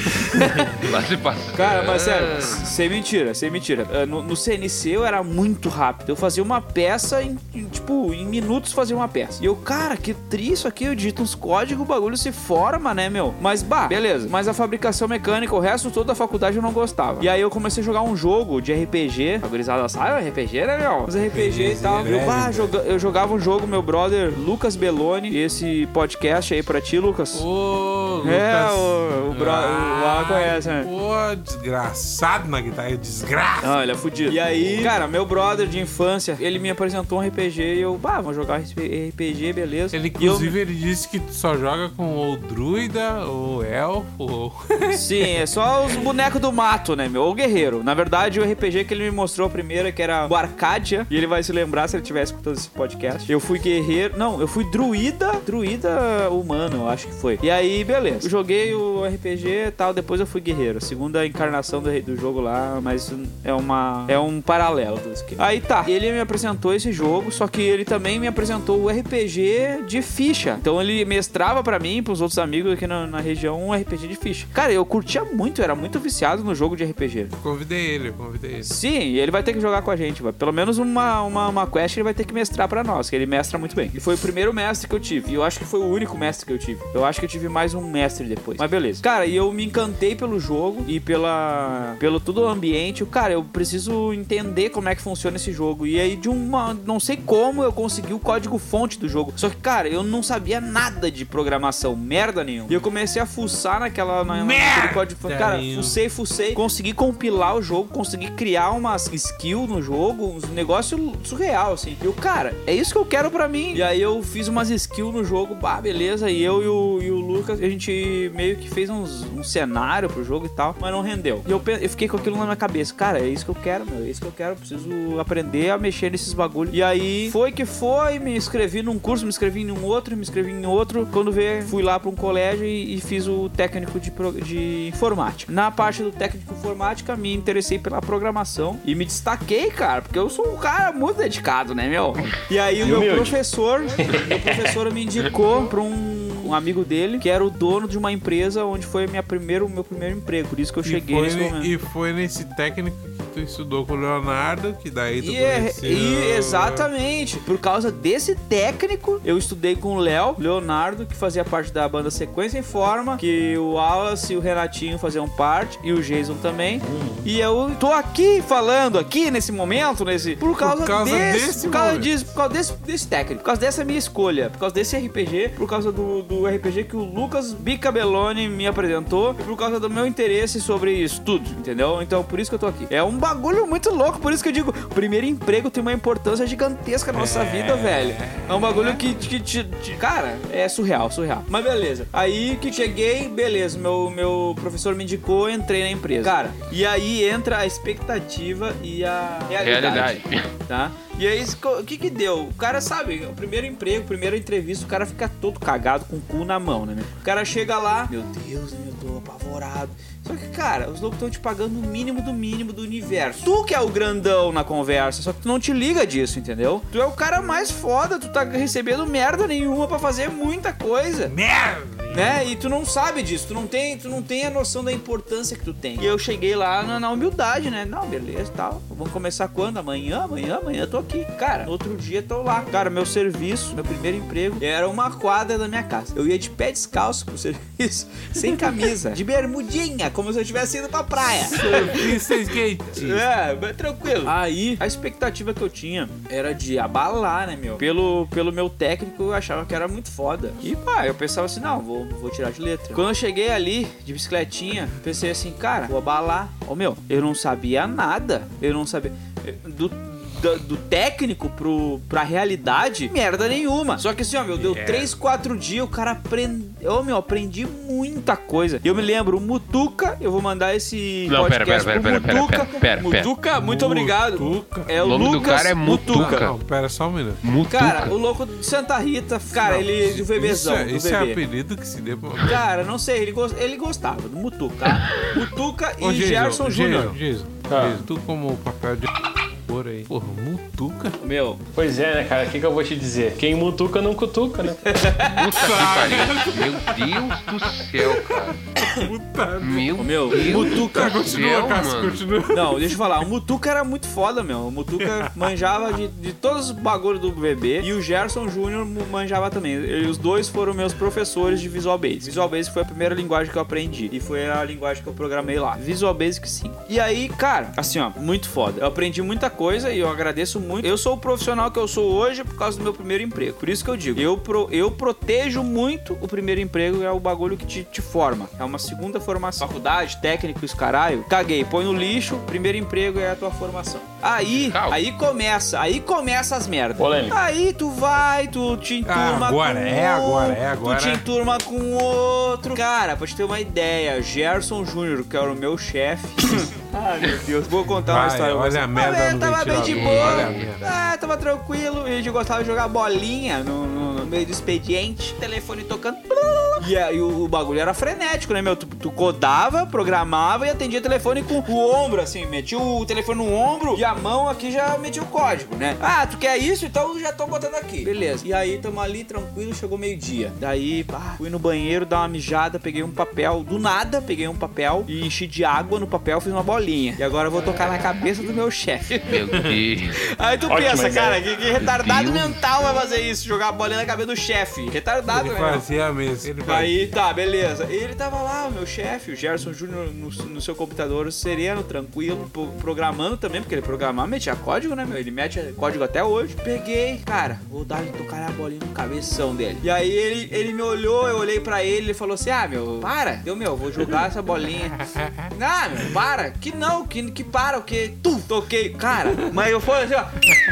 Lá se passa. Cara, mas sério, sem mentira, sem mentira. No, no C N C eu era muito rápido. Eu fazia uma peça em, em, tipo, em minutos fazia uma peça. E eu, cara, que triste isso aqui, eu digito uns códigos, o bagulho se forma, né, meu? Mas, bah, beleza. Mas a fabricação mecânica, o resto todo da faculdade eu não gostava. E aí eu comecei a jogar um jogo de R P G. A gurizada sabe, R P G, né, meu? Os R P G e tal. Eu, bah, joga, eu jogava um jogo, meu brother Lucas Belloni. Esse podcast aí pra ti, Lucas. Ô, Lucas. É, o, o, bro, ah, o lá conhece, né? Pô, desgraçado na guitarra, desgraça. Ah, ele é fudido. E aí, cara, meu brother de infância, ele me apresentou um R P G e eu, bah, vamos jogar R P G, beleza. Ele, inclusive, eu... ele disse que tu só joga com ou druida, ou elfo, ou... Sim, é só os bonecos do mato, né, meu? Ou guerreiro. Na verdade, o R P G que ele me mostrou primeiro, que era o Arcadia, e ele vai se lembrar se ele tivesse escutando esse podcast. Eu fui guerreiro... Não, eu fui druida, druida humano, eu acho que foi. E aí, beleza. Eu joguei o R P G e tal, depois eu fui guerreiro. Segunda encarnação do, do jogo lá, mas é uma... É um paralelo do esquema. Aí tá, ele me apresentou esse jogo, só que ele também me apresentou o R P G de ficha. Então ele mestrava pra mim, pros outros amigos aqui na, na região, um R P G de ficha. Cara, eu curtia muito, eu era muito viciado no jogo de R P G. Eu convidei ele, eu convidei ele. Sim, e ele vai ter que jogar com a gente, vai. Pelo menos uma, uma, uma quest ele vai ter que mestrar pra nós, que ele mestra muito bem. E foi o primeiro mestre que eu tive, e eu acho que foi o único mestre que eu tive. Eu acho que eu tive mais um mestre depois. Mas beleza. Cara, e eu me encantei pelo jogo e pela pelo todo o ambiente. Cara, eu preciso entender como é que funciona esse jogo. E aí de uma... Não sei como eu consegui o código-fonte do jogo. Só que, cara, eu não sabia nada de programação. Merda nenhuma. E eu comecei a fuçar naquela... Na, naquele código-fonte. Cara, fucei, fuçei. Consegui compilar o jogo. Consegui criar umas skills no jogo. Um negócio surreal, assim. E eu, cara, é isso que eu quero pra mim. E aí eu fiz umas skills no jogo. Bah, beleza. E eu e o, e o Lucas, a gente meio que fez uns, um cenário pro jogo e tal. Mas não rendeu. E eu, eu fiquei com aquilo na minha cabeça. Cara, é isso que eu quero, meu. É isso que eu quero. Eu preciso aprender a mexer nesses bagulhos. E aí, foi que foi. Me inscrevi num curso, me inscrevi em um outro, me inscrevi em outro. Quando veio, fui lá pra um colégio e, e fiz o técnico de, pro, de informática. Na parte do técnico de informática, me interessei pela programação e me destaquei, cara, porque eu sou um cara muito dedicado, né, meu? E aí, o meu humilde. professor, meu professor me indicou pra um, um amigo dele, que era o dono de uma empresa onde foi minha primeiro, meu primeiro emprego. Por isso que eu cheguei e nesse foi, momento. E foi nesse técnico que tu estudou com o Leonardo, que daí tu E, é, conheceu... e exatamente, por causa desse técnico, eu estudei com o Léo, Leonardo, que fazia parte da banda Sequência em Forma, que o Wallace e o Renatinho faziam parte, e o Jason também. Uhum. E eu tô aqui falando, aqui nesse momento, nesse por causa, por causa desse, desse, por causa momento. disso, por causa desse, desse técnico, por causa dessa minha escolha, por causa desse R P G, por causa do, do R P G que o Lucas Bicabelloni me apresentou, e por causa do meu interesse sobre isso tudo, entendeu? Então por isso que eu tô aqui. É um bagulho muito louco, por isso que eu digo, o primeiro emprego tem uma importância gigantesca na nossa é... vida, velho. É um bagulho que, que, que, que, cara, é surreal, surreal. Mas beleza. Aí que cheguei, beleza, meu, meu professor me indicou, entrei na empresa. Cara, e aí entra a expectativa e a realidade. realidade. Tá? E aí, o que que deu? O cara, sabe, o primeiro emprego, primeira entrevista, o cara fica todo cagado com o cu na mão, né? O cara chega lá, meu Deus, eu tô apavorado. Só que, cara, os loucos estão te pagando o mínimo do mínimo do universo. Tu que é o grandão na conversa, só que tu não te liga disso, entendeu? Tu é o cara mais foda, tu tá recebendo merda nenhuma pra fazer muita coisa. Merda! Né? E tu não sabe disso, tu não tem, tu não tem a noção da importância que tu tem. E eu cheguei lá na, na humildade, né? Não, beleza e tal. Vamos começar quando? Amanhã, amanhã, amanhã eu tô aqui. Cara, no outro dia tô lá. Cara, meu serviço, meu primeiro emprego, era uma quadra da minha casa. Eu ia de pé descalço pro serviço, sem camisa, de bermudinha, como se eu tivesse ido pra praia. Surfista skate. É, mas tranquilo. Aí, a expectativa que eu tinha era de abalar, né, meu? Pelo, pelo meu técnico, eu achava que era muito foda. E, pá, eu pensava assim, não, vou, vou tirar de letra. Quando eu cheguei ali, de bicicletinha, pensei assim, cara, vou abalar. Ô, meu, eu não sabia nada. Eu não sabia... Do... Do, do técnico pro, pra realidade, merda nenhuma. Só que assim, ó, meu, deu yeah. três, quatro dias, o cara aprendeu, meu, aprendi muita coisa. E eu me lembro, o Mutuca, eu vou mandar esse Não, podcast pera, pera, pro pera, Mutuca. pera, pera, pera, pera. Mutuca, muito obrigado. Mutuca. É o, o nome Lucas do cara é Mutuca. Mutuca. Não, pera só um minuto. Mutuca. Cara, o louco de Santa Rita, cara, não, ele do bebezão. Isso, do isso bebê. é apelido que se deu pra... Cara, não sei, ele, gost, ele gostava do Mutuca. Mutuca e Ô, Gerson Júnior. Jesus, Ah. Jesus, tu como papel de... isopor aí. Porra, mutuca? Meu, Pois é, né, cara? O que, que eu vou te dizer? Quem mutuca não cutuca, né? Puta que pariu. Meu Deus do céu, cara. Puta Meu, meu, Deus mutuca. do céu, Cássio, mano. continua. não, deixa eu falar, o Mutuca era muito foda, meu. O Mutuca manjava de, de todos os bagulhos do bebê e o Gerson Júnior manjava também. E os dois foram meus professores de Visual Basic. Visual Basic foi a primeira linguagem que eu aprendi e foi a linguagem que eu programei lá. Visual Basic cinco. E aí, cara, assim, ó, muito foda. Eu aprendi muita coisa e eu agradeço muito. Eu sou o profissional que eu sou hoje por causa do meu primeiro emprego. Por isso que eu digo, eu, pro, eu protejo muito o primeiro emprego, é o bagulho que te, te forma. É uma segunda formação. Faculdade, técnico, os caralho. Caguei, põe no lixo, primeiro emprego é a tua formação. Aí, Calma. aí começa, aí começa as merdas. Polêmica. Aí tu vai, tu te enturma Ah, agora com é, um, agora é, agora Tu te é. enturma com outro. Cara, pra te ter uma ideia, Gerson Júnior, que era o meu chefe. Ai, meu Deus, vou contar uma Vai, história. pra olha você. a merda Ah, no tava bem de ventilador, boa. olha a merda. Ah, tava tranquilo. E a gente gostava de jogar bolinha no, no- no meio do expediente. Telefone tocando. E aí o, o bagulho era frenético, né, meu? Tu, tu codava, programava e atendia o telefone com o ombro, assim. Metia o telefone no ombro e a mão aqui já metia o código, né? Ah, tu quer isso? Então já tô botando aqui. Beleza. E aí tamo ali tranquilo, chegou meio-dia. Daí, pá, fui no banheiro, dar uma mijada, peguei um papel. Do nada, peguei um papel e enchi de água no papel, fiz uma bolinha. E agora eu vou tocar na cabeça do meu chefe. Meu Deus. Aí tu Ótima pensa, ideia. cara, que, que retardado Deus. mental vai fazer isso, jogar a bolinha na cabeça do chefe. Retardado, Ele né? meu? fazia mesmo. Ele fazia. Aí, tá, beleza. Ele tava lá, o meu chefe, o Gerson Júnior, no, no seu computador, sereno, tranquilo, pro- programando também, porque ele programava, metia código, né, meu? Ele mete código até hoje. Peguei, cara, vou dar ele tocar a bolinha no cabeção dele. E aí ele, ele me olhou, eu olhei pra ele, ele falou assim: ah, meu, para. Deu, meu, vou jogar essa bolinha. Ah, meu, para. Que não, que, que para, o que? Tu, toquei. Cara, mas eu fui assim, ó.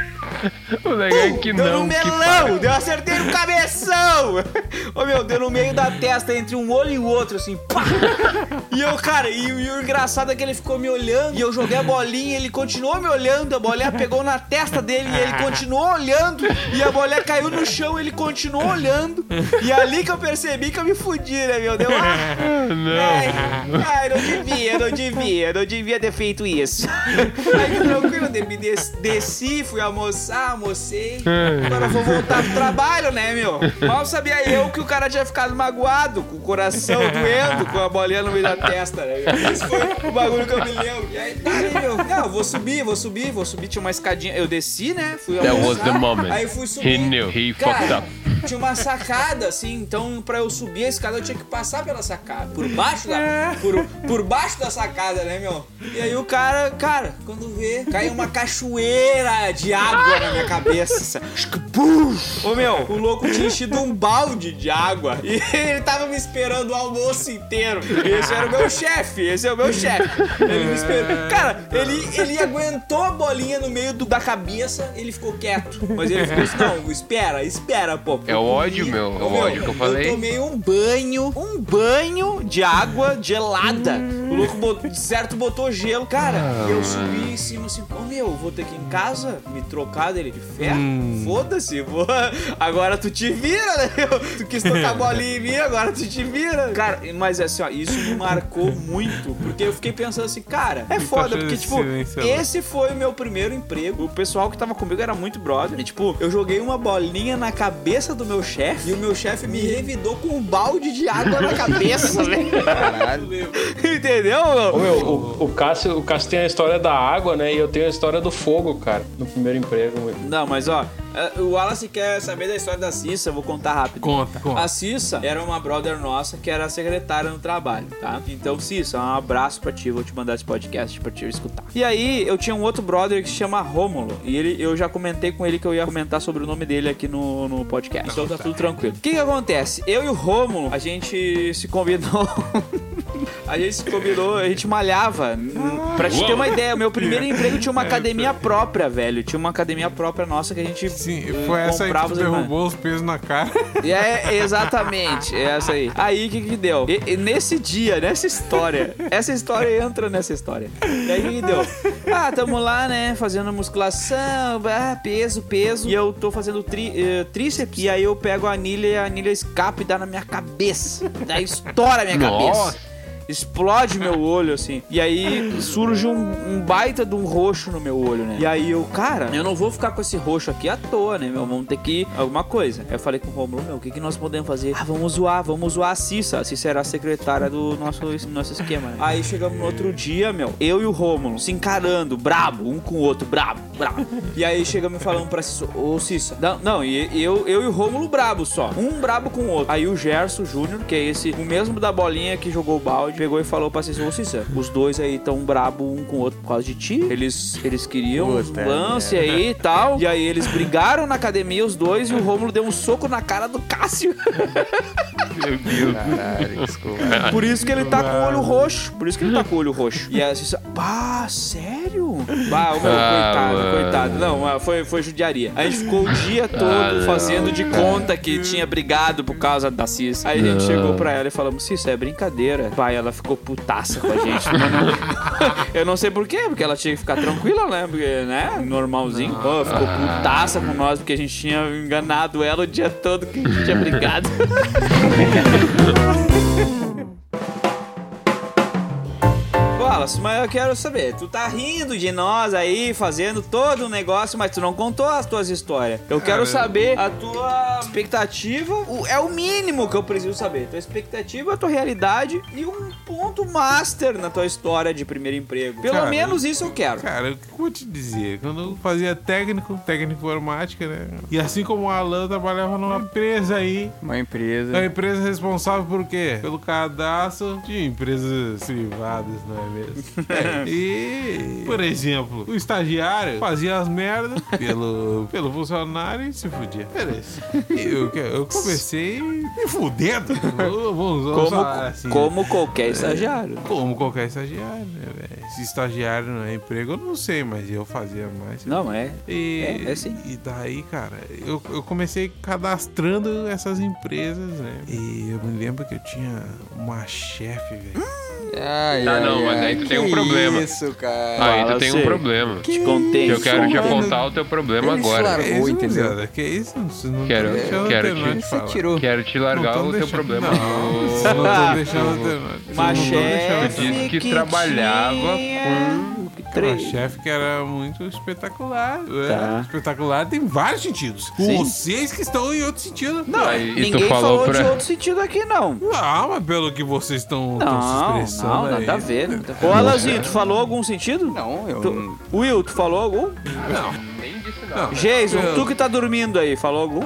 O legal é que Deu não, no que melão, deu acertei no cabeção. Ô meu, deu no meio da testa, entre um olho e o outro, assim, pá. E eu, cara, e, e o engraçado é que ele ficou me olhando. E eu joguei a bolinha, ele continuou me olhando. A bolinha pegou na testa dele e ele continuou olhando. E a bolinha caiu no chão, ele continuou olhando. E ali que eu percebi que eu me fudi, né, meu? Deu, ah, Não. Ai, ai, não devia, não devia, não devia ter feito isso. Aí tranquilo, me des- desci, fui almoçar, almocei. Agora eu vou voltar pro trabalho, né, meu? Mal sabia eu que o cara tinha ficado magoado, com o coração doendo, com a bolinha no meio da testa, né? Esse foi o bagulho que eu me lembro. E aí, tá, né, meu? Não, vou subir, vou subir, vou subir. Tinha uma escadinha. Eu desci, né? Fui That almoçar. was the moment. Aí fui subir. He knew. He Cara, fucked up. tinha uma sacada, assim, então pra eu subir a escada eu tinha que passar pela sacada. Por baixo da. Por, por baixo da sacada, né, meu? E aí o cara, cara, quando vê, caiu uma cachoeira de água na minha cabeça. Ô meu, o louco tinha enchido um balde de água. E ele tava me esperando o almoço inteiro. Esse era o meu chefe, esse é o meu chefe. Ele me esperou. Cara, ele, ele aguentou a bolinha no meio do, da cabeça, ele ficou quieto. Mas ele ficou assim, não, espera, espera, pô. É o ódio, meu, é o ódio que eu falei. Eu tomei um banho, um banho de água gelada. O louco, botou, certo, botou gelo. Cara, Ah, e eu mano. subi em cima assim, ô meu, vou ter que ir em casa me trocar dele de ferro. Hum. Foda-se, vou... agora tu te vira, né? meu? Tu quis tocar bolinha em mim, agora tu te vira. Cara, mas assim, ó, isso me marcou muito, porque eu fiquei pensando assim, cara, é foda, porque tipo, silêncio, esse foi o meu primeiro emprego. O pessoal que tava comigo era muito brother. E, tipo, eu joguei uma bolinha na cabeça do meu chefe e o meu chefe me revidou com um balde de água na cabeça, velho. Caralho. Entendeu, meu? Ô, meu, o, o, Cássio, o Cássio tem a história da água, né? E eu tenho a história do fogo, cara, no primeiro emprego. Meu. Não, mas ó, o Wallace quer saber da história da Cissa, eu vou contar rápido. Conta, conta. A Cissa era uma brother nossa que era secretária no trabalho, tá? Então, Cissa, um abraço pra ti, vou te mandar esse podcast pra ti escutar. E aí, eu tinha um outro brother que se chama Rômulo, e ele, eu já comentei com ele que eu ia comentar sobre o nome dele aqui no, no podcast. Então tá tudo tranquilo. O que que acontece? Eu e o Rômulo, a gente se combinou... A gente se combinou, a gente malhava. Pra te ter uma ideia, o meu primeiro emprego tinha uma academia própria, velho. Tinha uma academia própria nossa que a gente Sim, eh, foi essa aí que comprava tu os irmãos. derrubou os pesos na cara. E é, exatamente, é essa aí. Aí, o que que deu? E, e nesse dia, nessa história, essa história entra nessa história. E aí, o que que deu? Ah, tamo lá, né, fazendo musculação, ah, peso, peso. E eu tô fazendo tri, eh, tríceps. E aí eu pego a anilha e a anilha escapa e dá na minha cabeça. Daí estoura a minha Nossa. cabeça. explode meu olho, assim. E aí surge um, um baita de um roxo no meu olho, né? E aí eu, cara, eu não vou ficar com esse roxo aqui à toa, né, meu? Vamos ter que alguma coisa. Aí eu falei com o Romulo, meu, o que, que nós podemos fazer? Ah, vamos zoar, vamos zoar a Cissa. A Cissa era a secretária do nosso, nosso esquema, né? Aí chegamos no outro dia, meu, eu e o Romulo se encarando, brabo, um com o outro, brabo, brabo. E aí chegamos falando pra Cissa, ô Cissa, não, não, e eu, eu e o Romulo brabo só, um brabo com o outro. Aí o Gerson Júnior, que é esse, o mesmo da bolinha que jogou o balde, pegou e falou pra Cissa, ô Cissa, os dois aí tão brabo um com o outro por causa de ti. Eles, eles queriam um lance aí e tal. E aí eles brigaram na academia, os dois, e o Romulo deu um soco na cara do Cássio. Meu Deus. Caralho, desculpa. Por isso que ele tá com o olho roxo. Por isso que ele tá com o olho roxo. E aí, Cissa, pá, sério? Bah, o meu, Ah, coitado, mano. coitado. Não, foi, foi judiaria. A gente ficou o dia todo Ah, não, fazendo de conta que tinha brigado por causa da Cissa. Aí a gente Não. chegou pra ela e falamos, Cissa, é brincadeira. Pai, ela ficou putaça com a gente. Mano. Eu não sei por quê, porque ela tinha que ficar tranquila, né? Porque, né? Normalzinho. Pô, ficou putaça com nós, porque a gente tinha enganado ela o dia todo que a gente tinha brigado. Wallace, mas eu quero saber, tu tá rindo de nós aí, fazendo todo o negócio, mas tu não contou as tuas histórias. Eu quero saber a tua expectativa, o- é o mínimo que eu preciso saber. Tua expectativa, a tua realidade e um ponto master na tua história de primeiro emprego. Pelo Cara, menos isso eu quero. Cara, o que eu vou te dizer? Quando eu fazia técnico, técnico informática, né? E assim como o Alan, eu trabalhava numa empresa aí. Uma empresa. A empresa responsável por quê? Pelo cadastro de empresas privadas, não é mesmo? É. E, por exemplo, o estagiário fazia as merdas pelo, pelo funcionário e se fudia. Beleza. E eu, eu comecei me fudendo. Vamos, vamos Como, falar assim. como qualquer estagiário. Como qualquer estagiário, né, velho? Se estagiário não é emprego, eu não sei, mas eu fazia mais. Não, é. E, É, é sim. e daí, cara, eu, eu comecei cadastrando essas empresas, né? E eu me lembro que eu tinha uma chefe, velho. Ai, Ah, ai, não, mas ai, aí tu tem um que problema. Isso, cara. Aí Fala, tu tem um sei. problema. Te contei. Que eu quero te Mano, apontar o teu problema ele se agora. largou. Que isso, entendeu? gurizada? Que isso? Vocês não Quero- estão deixando quero eu terminar te- de falar. Você tirou. Quero te largar Não tão o teu deixando- problema. Não, no- vocês não estão deixando eu terminar. Vocês Uma não tão deixando eu chefe terminar. Diz que que trabalhava tinha com- Uma chefe que era muito espetacular. Tá. É, espetacular tem vários sentidos. Sim. Vocês que estão em outro sentido. Não, Aí, e tu ninguém falou falou pra- de outro sentido aqui, não. Não, mas pelo que vocês estão estão se Não, expressando não, aí. nada a ver. Nada a ver. Ô, Alanzinho, tu falou algum sentido? Não, eu Tu- Will, tu falou algum? Nem disse nada. Jason, Eu- tu que tá dormindo aí, falou algum?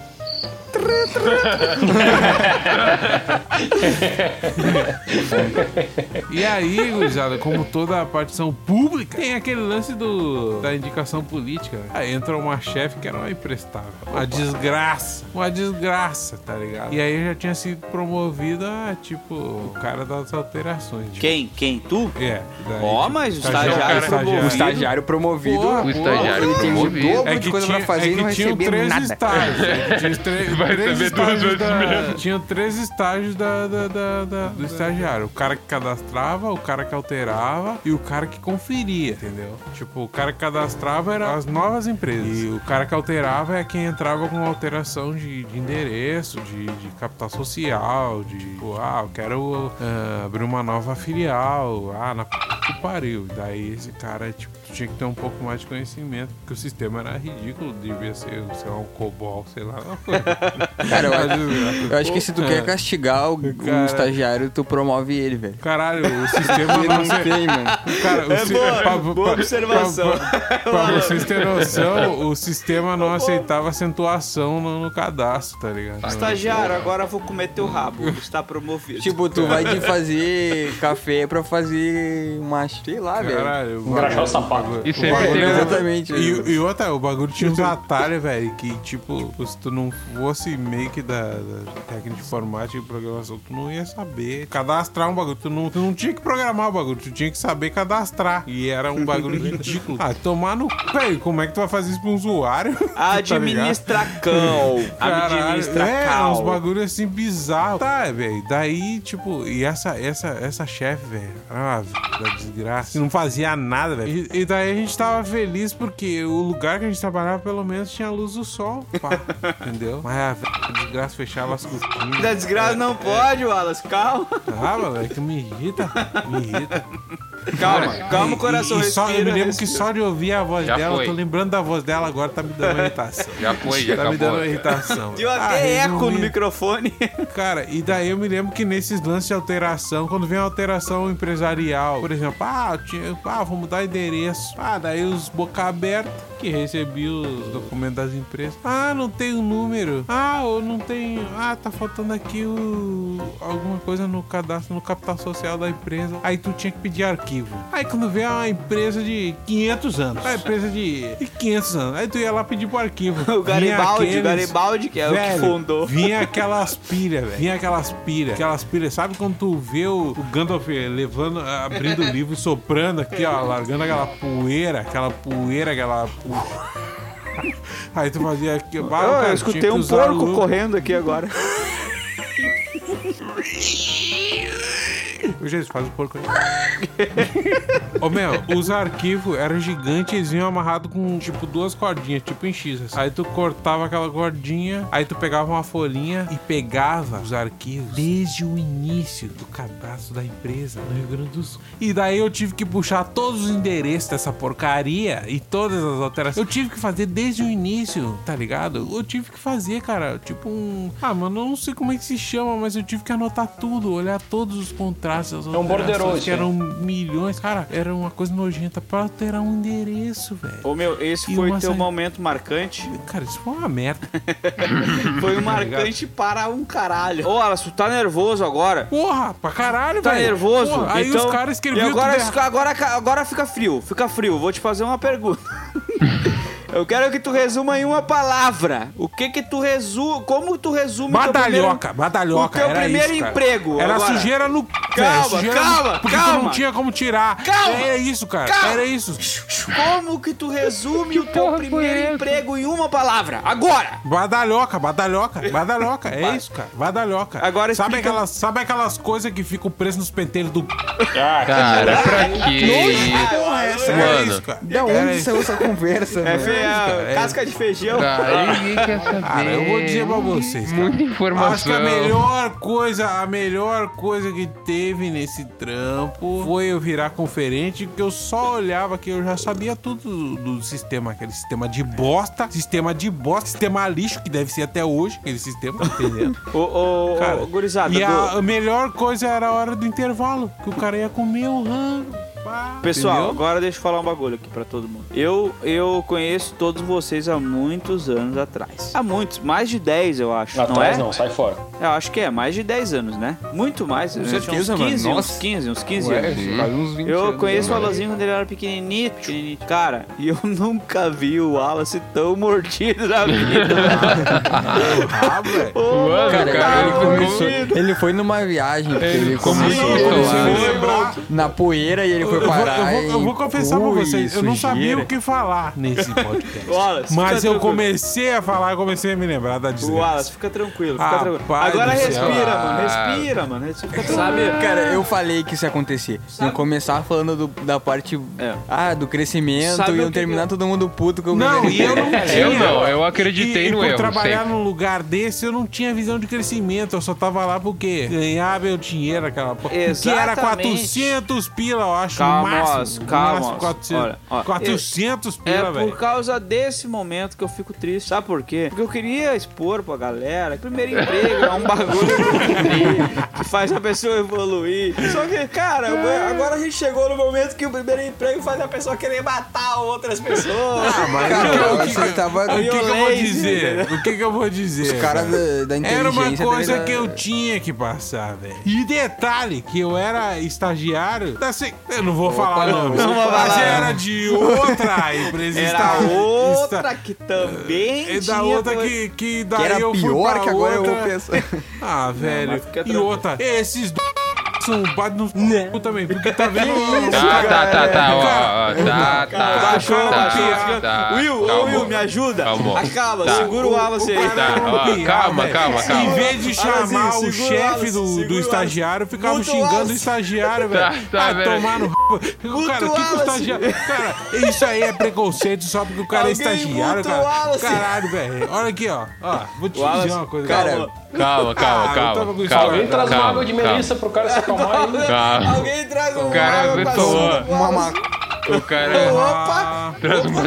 E aí, gurizada, como toda a partição pública, tem aquele lance do, da indicação política. Né? Aí entra uma chefe que era uma imprestável. Uma desgraça. Uma desgraça, tá ligado? E aí eu já tinha sido promovido a, tipo, o cara das alterações. Tipo, Quem? Quem? Tu? É. daí, Ó, tipo, mas o estagiário- estagiário estagiário- O estagiário promovido. Porra, O estagiário ele tem o promovido. dobro É de que coisa tinha, pra fazer é e não que tinham receber três nada. estágios. É que tinha três, Vai três receber duas estágios vezes da, menos. tinham três estágios da, da- da- da- do estagiário. O cara que cadastrava, o cara que alterava e o cara que conferia, entendeu? Tipo, o cara que cadastrava era as novas empresas. E o cara que alterava é quem entrava com alteração de, de endereço, de, de capital social, de, tipo, ah, eu quero ah, abrir uma nova filial. Ah, na p que pariu. E daí esse cara, tipo, tinha que ter um pouco mais de conhecimento, porque o sistema era ridículo, devia ser, sei lá, um COBOL, sei lá. Cara, eu acho, eu acho que se tu quer castigar o, o Cara. estagiário, tu promove ele, velho. Caralho, o sistema Ele não não se- tem, mano. Cara, o É si- boa, pra- boa pra- observação. Pra, pra- pra vocês terem noção, o sistema não aceitava acentuação no, no cadastro, tá ligado? Estagiário, agora eu vou comer teu rabo. Está promovido. Tipo, tu vai de fazer café pra fazer uma... Sei lá, velho. Caralho, o Engraxar o bagulho- sapato. bagulho- E o sempre bagulho tem era- um- Exatamente. E, e outra, o bagulho tinha uns atalhos, velho, que tipo, se tu não fosse meio que da, da técnica de informática e programação, tu não ia saber cadastrar um bagulho. Tu não, tu não tinha que programar o bagulho, tu tinha que saber cadastrar. E era um bagulho ridículo. Ah, tomar no c... Velho, como é que tu vai fazer isso pra um usuário? Administracão. Caralho, é, Administracão. uns bagulho assim bizarros. Tá, velho. Daí, tipo, e essa, essa, essa chefe, velho, era uma v- da desgraça. Não fazia nada, velho. E, e daí a gente tava feliz porque o lugar que a gente trabalhava pelo menos tinha a luz do sol, pá, entendeu? Mas a v... desgraça fechava as cortinas. Da desgraça não pode, Wallace, calma. Ah, mano, é que me irrita, me irrita. Calma, calma, o coração, e, e só, respira, eu me lembro respira. que só de ouvir a voz Já dela, foi. eu tô lembrando da voz dela agora, tá me dando uma irritação. Já foi, já Tá acabou. me dando uma irritação. Deu Ah, até eco no resumindo. microfone. Cara, e daí eu me lembro que nesses lances de alteração, quando vem uma alteração empresarial, por exemplo, ah, eu tinha, ah vou mudar endereço. Ah, daí os boca aberta que recebiam os documentos das empresas. Ah, não tem o número. Ah, ou não tem. Ah, tá faltando aqui o alguma coisa no cadastro, no capital social da empresa. Aí tu tinha que pedir arquivo. Aí quando vê uma empresa de quinhentos anos, a empresa de quinhentos anos, aí tu ia lá pedir pro arquivo. O Garibaldi, Vinha o Garibaldi, que é o que Velho, fundou. Vinha aquelas pilhas, velho. Vinha aquelas pilhas. Aquelas pilhas. Sabe quando tu vê o, o Gandalf levando, abrindo o livro e soprando aqui, ó, largando aquela poeira, aquela poeira, aquela. pu- Aí tu fazia aqui. Oh, eu escutei um porco correndo aqui agora. Ô, Jesus, faz o porco aí. Ô, meu, os arquivos eram gigantes, eles vinham amarrados com, tipo, duas cordinhas, tipo em X. Assim. Aí tu cortava aquela cordinha, aí tu pegava uma folhinha e pegava os arquivos desde o início do cadastro da empresa no Rio Grande do Sul. E daí eu tive que puxar todos os endereços dessa porcaria e todas as alterações. Eu tive que fazer desde o início, tá ligado? Eu tive que fazer, cara, tipo um... Ah, mano, eu não sei como é que se chama, mas eu tive que anotar tudo, olhar todos os contratos. As É um borderô, que isso, eram milhões. Cara, era uma coisa nojenta pra alterar um endereço, velho. Ô meu, esse E foi uma teu sa- momento marcante. Cara, isso foi uma merda. Foi um marcante para um caralho. Ô, Alas, tu tá nervoso agora? Porra, pra caralho, Tá velho. nervoso? Porra, aí então, os caras escreviam E agora, tudo errado. agora, agora fica frio, fica frio. Vou te fazer uma pergunta. Eu quero que tu resuma em uma palavra. O que que tu resume? Como tu resume o teu Badalhoca, primeiro, badalhoca. o teu era primeiro isso, cara. emprego? Era agora. sujeira no... Calma, velho, sujeira calma, no... Porque tu calma. não tinha como tirar. Calma. Era isso, cara. Calma. Era isso. Como que tu resume o teu porra foi primeiro essa? emprego em uma palavra? Agora! Badalhoca, badalhoca, badalhoca. É isso, cara. Badalhoca. Agora sabe explica- aquelas, sabe aquelas coisas que ficam presas nos penteiros do... Ah, Cara, pra que Porra, essa Mano. era isso, cara. Da Era onde isso. saiu essa conversa, É, mano? fe- cara, é- casca de feijão. Cara, ninguém quer saber. Cara, eu vou dizer pra vocês, cara. Muita informação. Acho que a melhor coisa, a melhor coisa que teve nesse trampo foi eu virar conferente, porque eu só olhava que eu já sabia tudo do, do sistema, aquele sistema de bosta, sistema de bosta, sistema lixo, que deve ser até hoje, aquele sistema, tá entendendo? Ô, ô, Cara, ô, gurizada, e a, do- a melhor coisa era a hora do intervalo, que o cara ia comer o rango. Pá, pessoal, entendeu? agora deixa eu falar um bagulho aqui pra todo mundo. Eu, eu conheço todos vocês há muitos anos atrás. Há muitos, mais de dez, eu acho. não atrás é? não, sai fora. Eu acho que é, mais de dez anos, né? Muito mais. Com certeza, uns quinze, mano. uns Nossa. quinze, uns quinze Ué, anos. faz uns vinte Eu anos, conheço o né? Alazinho quando ele era pequenininho, pequenininho. Cara, e eu nunca vi o Wallace tão mordido na vida. Ah, velho. Mano, Cara, cara, ele, ele começou, ficou... ele foi numa viagem, ele, Ele começou começou Você lá. me lembrar. na poeira e ele foi Eu vou, parar. eu vou- eu vou em confessar pra pui, vocês, eu não sabia sujeira. o que falar nesse podcast. Wallace, Mas fica eu tranquilo. comecei a falar, eu comecei a me lembrar da desgraça. Wallace, fica tranquilo, fica Rapaz tranquilo. Agora do céu. respira, Ah. mano. Respira, mano. Fica tranquilo. Sabe, cara, eu falei que isso ia acontecer. Iam começar falando do- da parte É. ah, do crescimento, Sabe o iam que terminar que todo mundo puto com o Não, primeiro e eu não emprego. tinha. Eu não, eu acreditei e, e no por erro, trabalhar sempre. num lugar desse, eu não tinha visão de crescimento. Eu só tava lá porque ganhar meu dinheiro, aquela porra. Que era Exatamente. quatrocentos pila, eu acho, Calma, no máximo. moço, no calma, máximo moço. quatrocentos. Olha, olha, quatrocentos É pila, por velho. causa desse momento que eu fico triste. Sabe por quê? Porque eu queria expor pra galera que o primeiro emprego é um bagulho que faz a pessoa evoluir. Só que, cara, agora a gente chegou no momento que o primeiro emprego faz a pessoa querer matar outras pessoas. Ah, mas Cara, o que- você tava- o que, que eu vou violência, dizer? O que, que eu vou dizer? Os caras cara? da, da inteligência... Era uma coisa dele que eu da- tinha que passar, velho. E detalhe, que eu era estagiário da se... Eu não vou falar não. não vou Mas falar. era de outra empresa. Era esta- outra esta- que também É da tinha... outra que, que daí Que era eu fui pior pra que agora eu outra. vou pensar. Ah, velho. mas fica E tranquilo. outra, esses d... Passa um bate no c... também, porque tá vendo... Tá, tá, tá, tá, ó, ó, tá, tá, Baixou, tá, baixou. tá, Will, ô calma. Will, me ajuda. Calma. Acaba, Tá. segura o Wallace aí. Tá, ó, calma, calma, Em calma. vez de chamar Wallace, o segura o chefe Wallace, do, segura do o estagiário, ficava Muta o xingando o Wallace. estagiário, velho. Tá, tá, ah, velho. tomar no c... Cara, o que, que o Wallace. estagiário... Cara, isso aí é preconceito só porque o cara é Alguém estagiário, muta o cara. Wallace. Caralho, velho. Olha aqui, ó. Ó, vou te Wallace, dizer uma coisa. cara, Calma, calma, Ah, eu calma. tava com calma, Alguém traz uma calma, água de calma. melissa pro cara se acalmar aí. Calma. Alguém traz um O cara água me com falou. açúcar pro Uma Wallace. ma... O cara Opa! traz uma...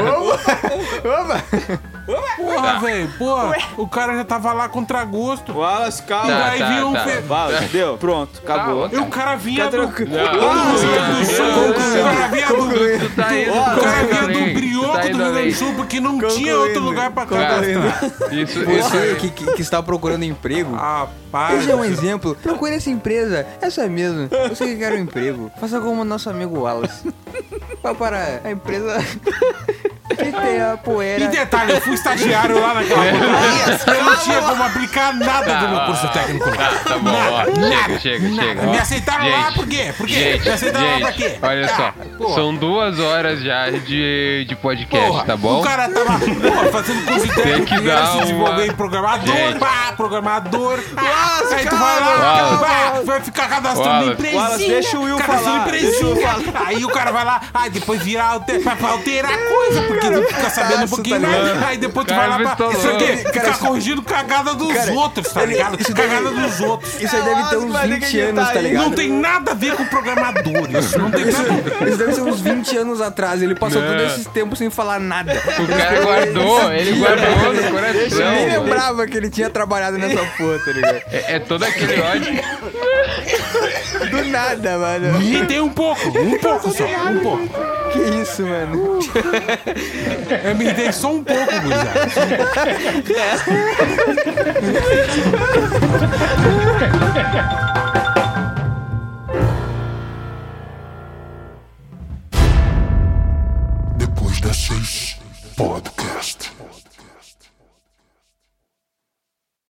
Porra, velho. Porra, o cara já tava lá contra gosto. Wallace, calma. Tá, Daí tá, vinha um tá. fe- Wallace, deu, pronto, acabou. E o cara vinha Fica do... tranquilo. Wallace, Não, do sul, não, o cara vinha do... Tu tá indo, O cara tu tá indo vinha do além, tu brioco tá do indo Rio Grande do além. Sul porque não tinha outro lugar pra Cara, cadastrar. isso, Você isso... que, que, que está procurando emprego, Rapaz. esse é um exemplo. Procure essa empresa. Essa mesmo. Você que quer um emprego. Faça como o nosso amigo Wallace. Vá para a empresa que tem a E poeira. detalhe, eu fui estagiário lá naquela porcaria. Eu não tinha como aplicar nada Tá, do meu ó, curso ó, técnico. Tá, tá bom, ó. Chega, chega, chega. ó. Me aceitaram lá Gente, por quê? Por quê? Gente, Me aceitaram lá gente, pra quê? olha Ah, só, porra. são duas horas já de, de podcast, Porra, tá bom? O cara tava porra, fazendo curso técnico, que queria dar se uma- desenvolver em programador, Gente. pá, programador. Ah, Wallace, aí tu vai lá, Wallace. pá, vai ficar cadastrando Wallace. empresinha. Wallace, deixa o Will cadastrando falar, deixa o Will empresinha. Aí o cara vai lá, aí depois vira alter, vai pra alterar coisa, porque tu fica sabendo um pouquinho tá mais. ligado? Aí depois tu Cara, vai lá pra... me Isso aqui, tolou. ficar corrigindo cagada dos Cara, outros, tá ele- ligado? isso daí- Cagada dos outros. Isso aí deve ter uns Vai ter que vinte editar anos, tá aí. ligado? Não tem nada a ver com programador, isso não tem nada. Isso deve ser uns vinte anos atrás. Ele passou Não. todos esses tempos sem falar nada. O cara guardou, ele guardou no Eu nem coração. lembrava que ele tinha trabalhado nessa porra, tá ligado? É, é todo aquele ódio. Do nada, mano. E tem um pouco, um pouco só, um pouco. Que isso, mano? Eu me dei só um pouco, gurizada. Depois das seis, podcast.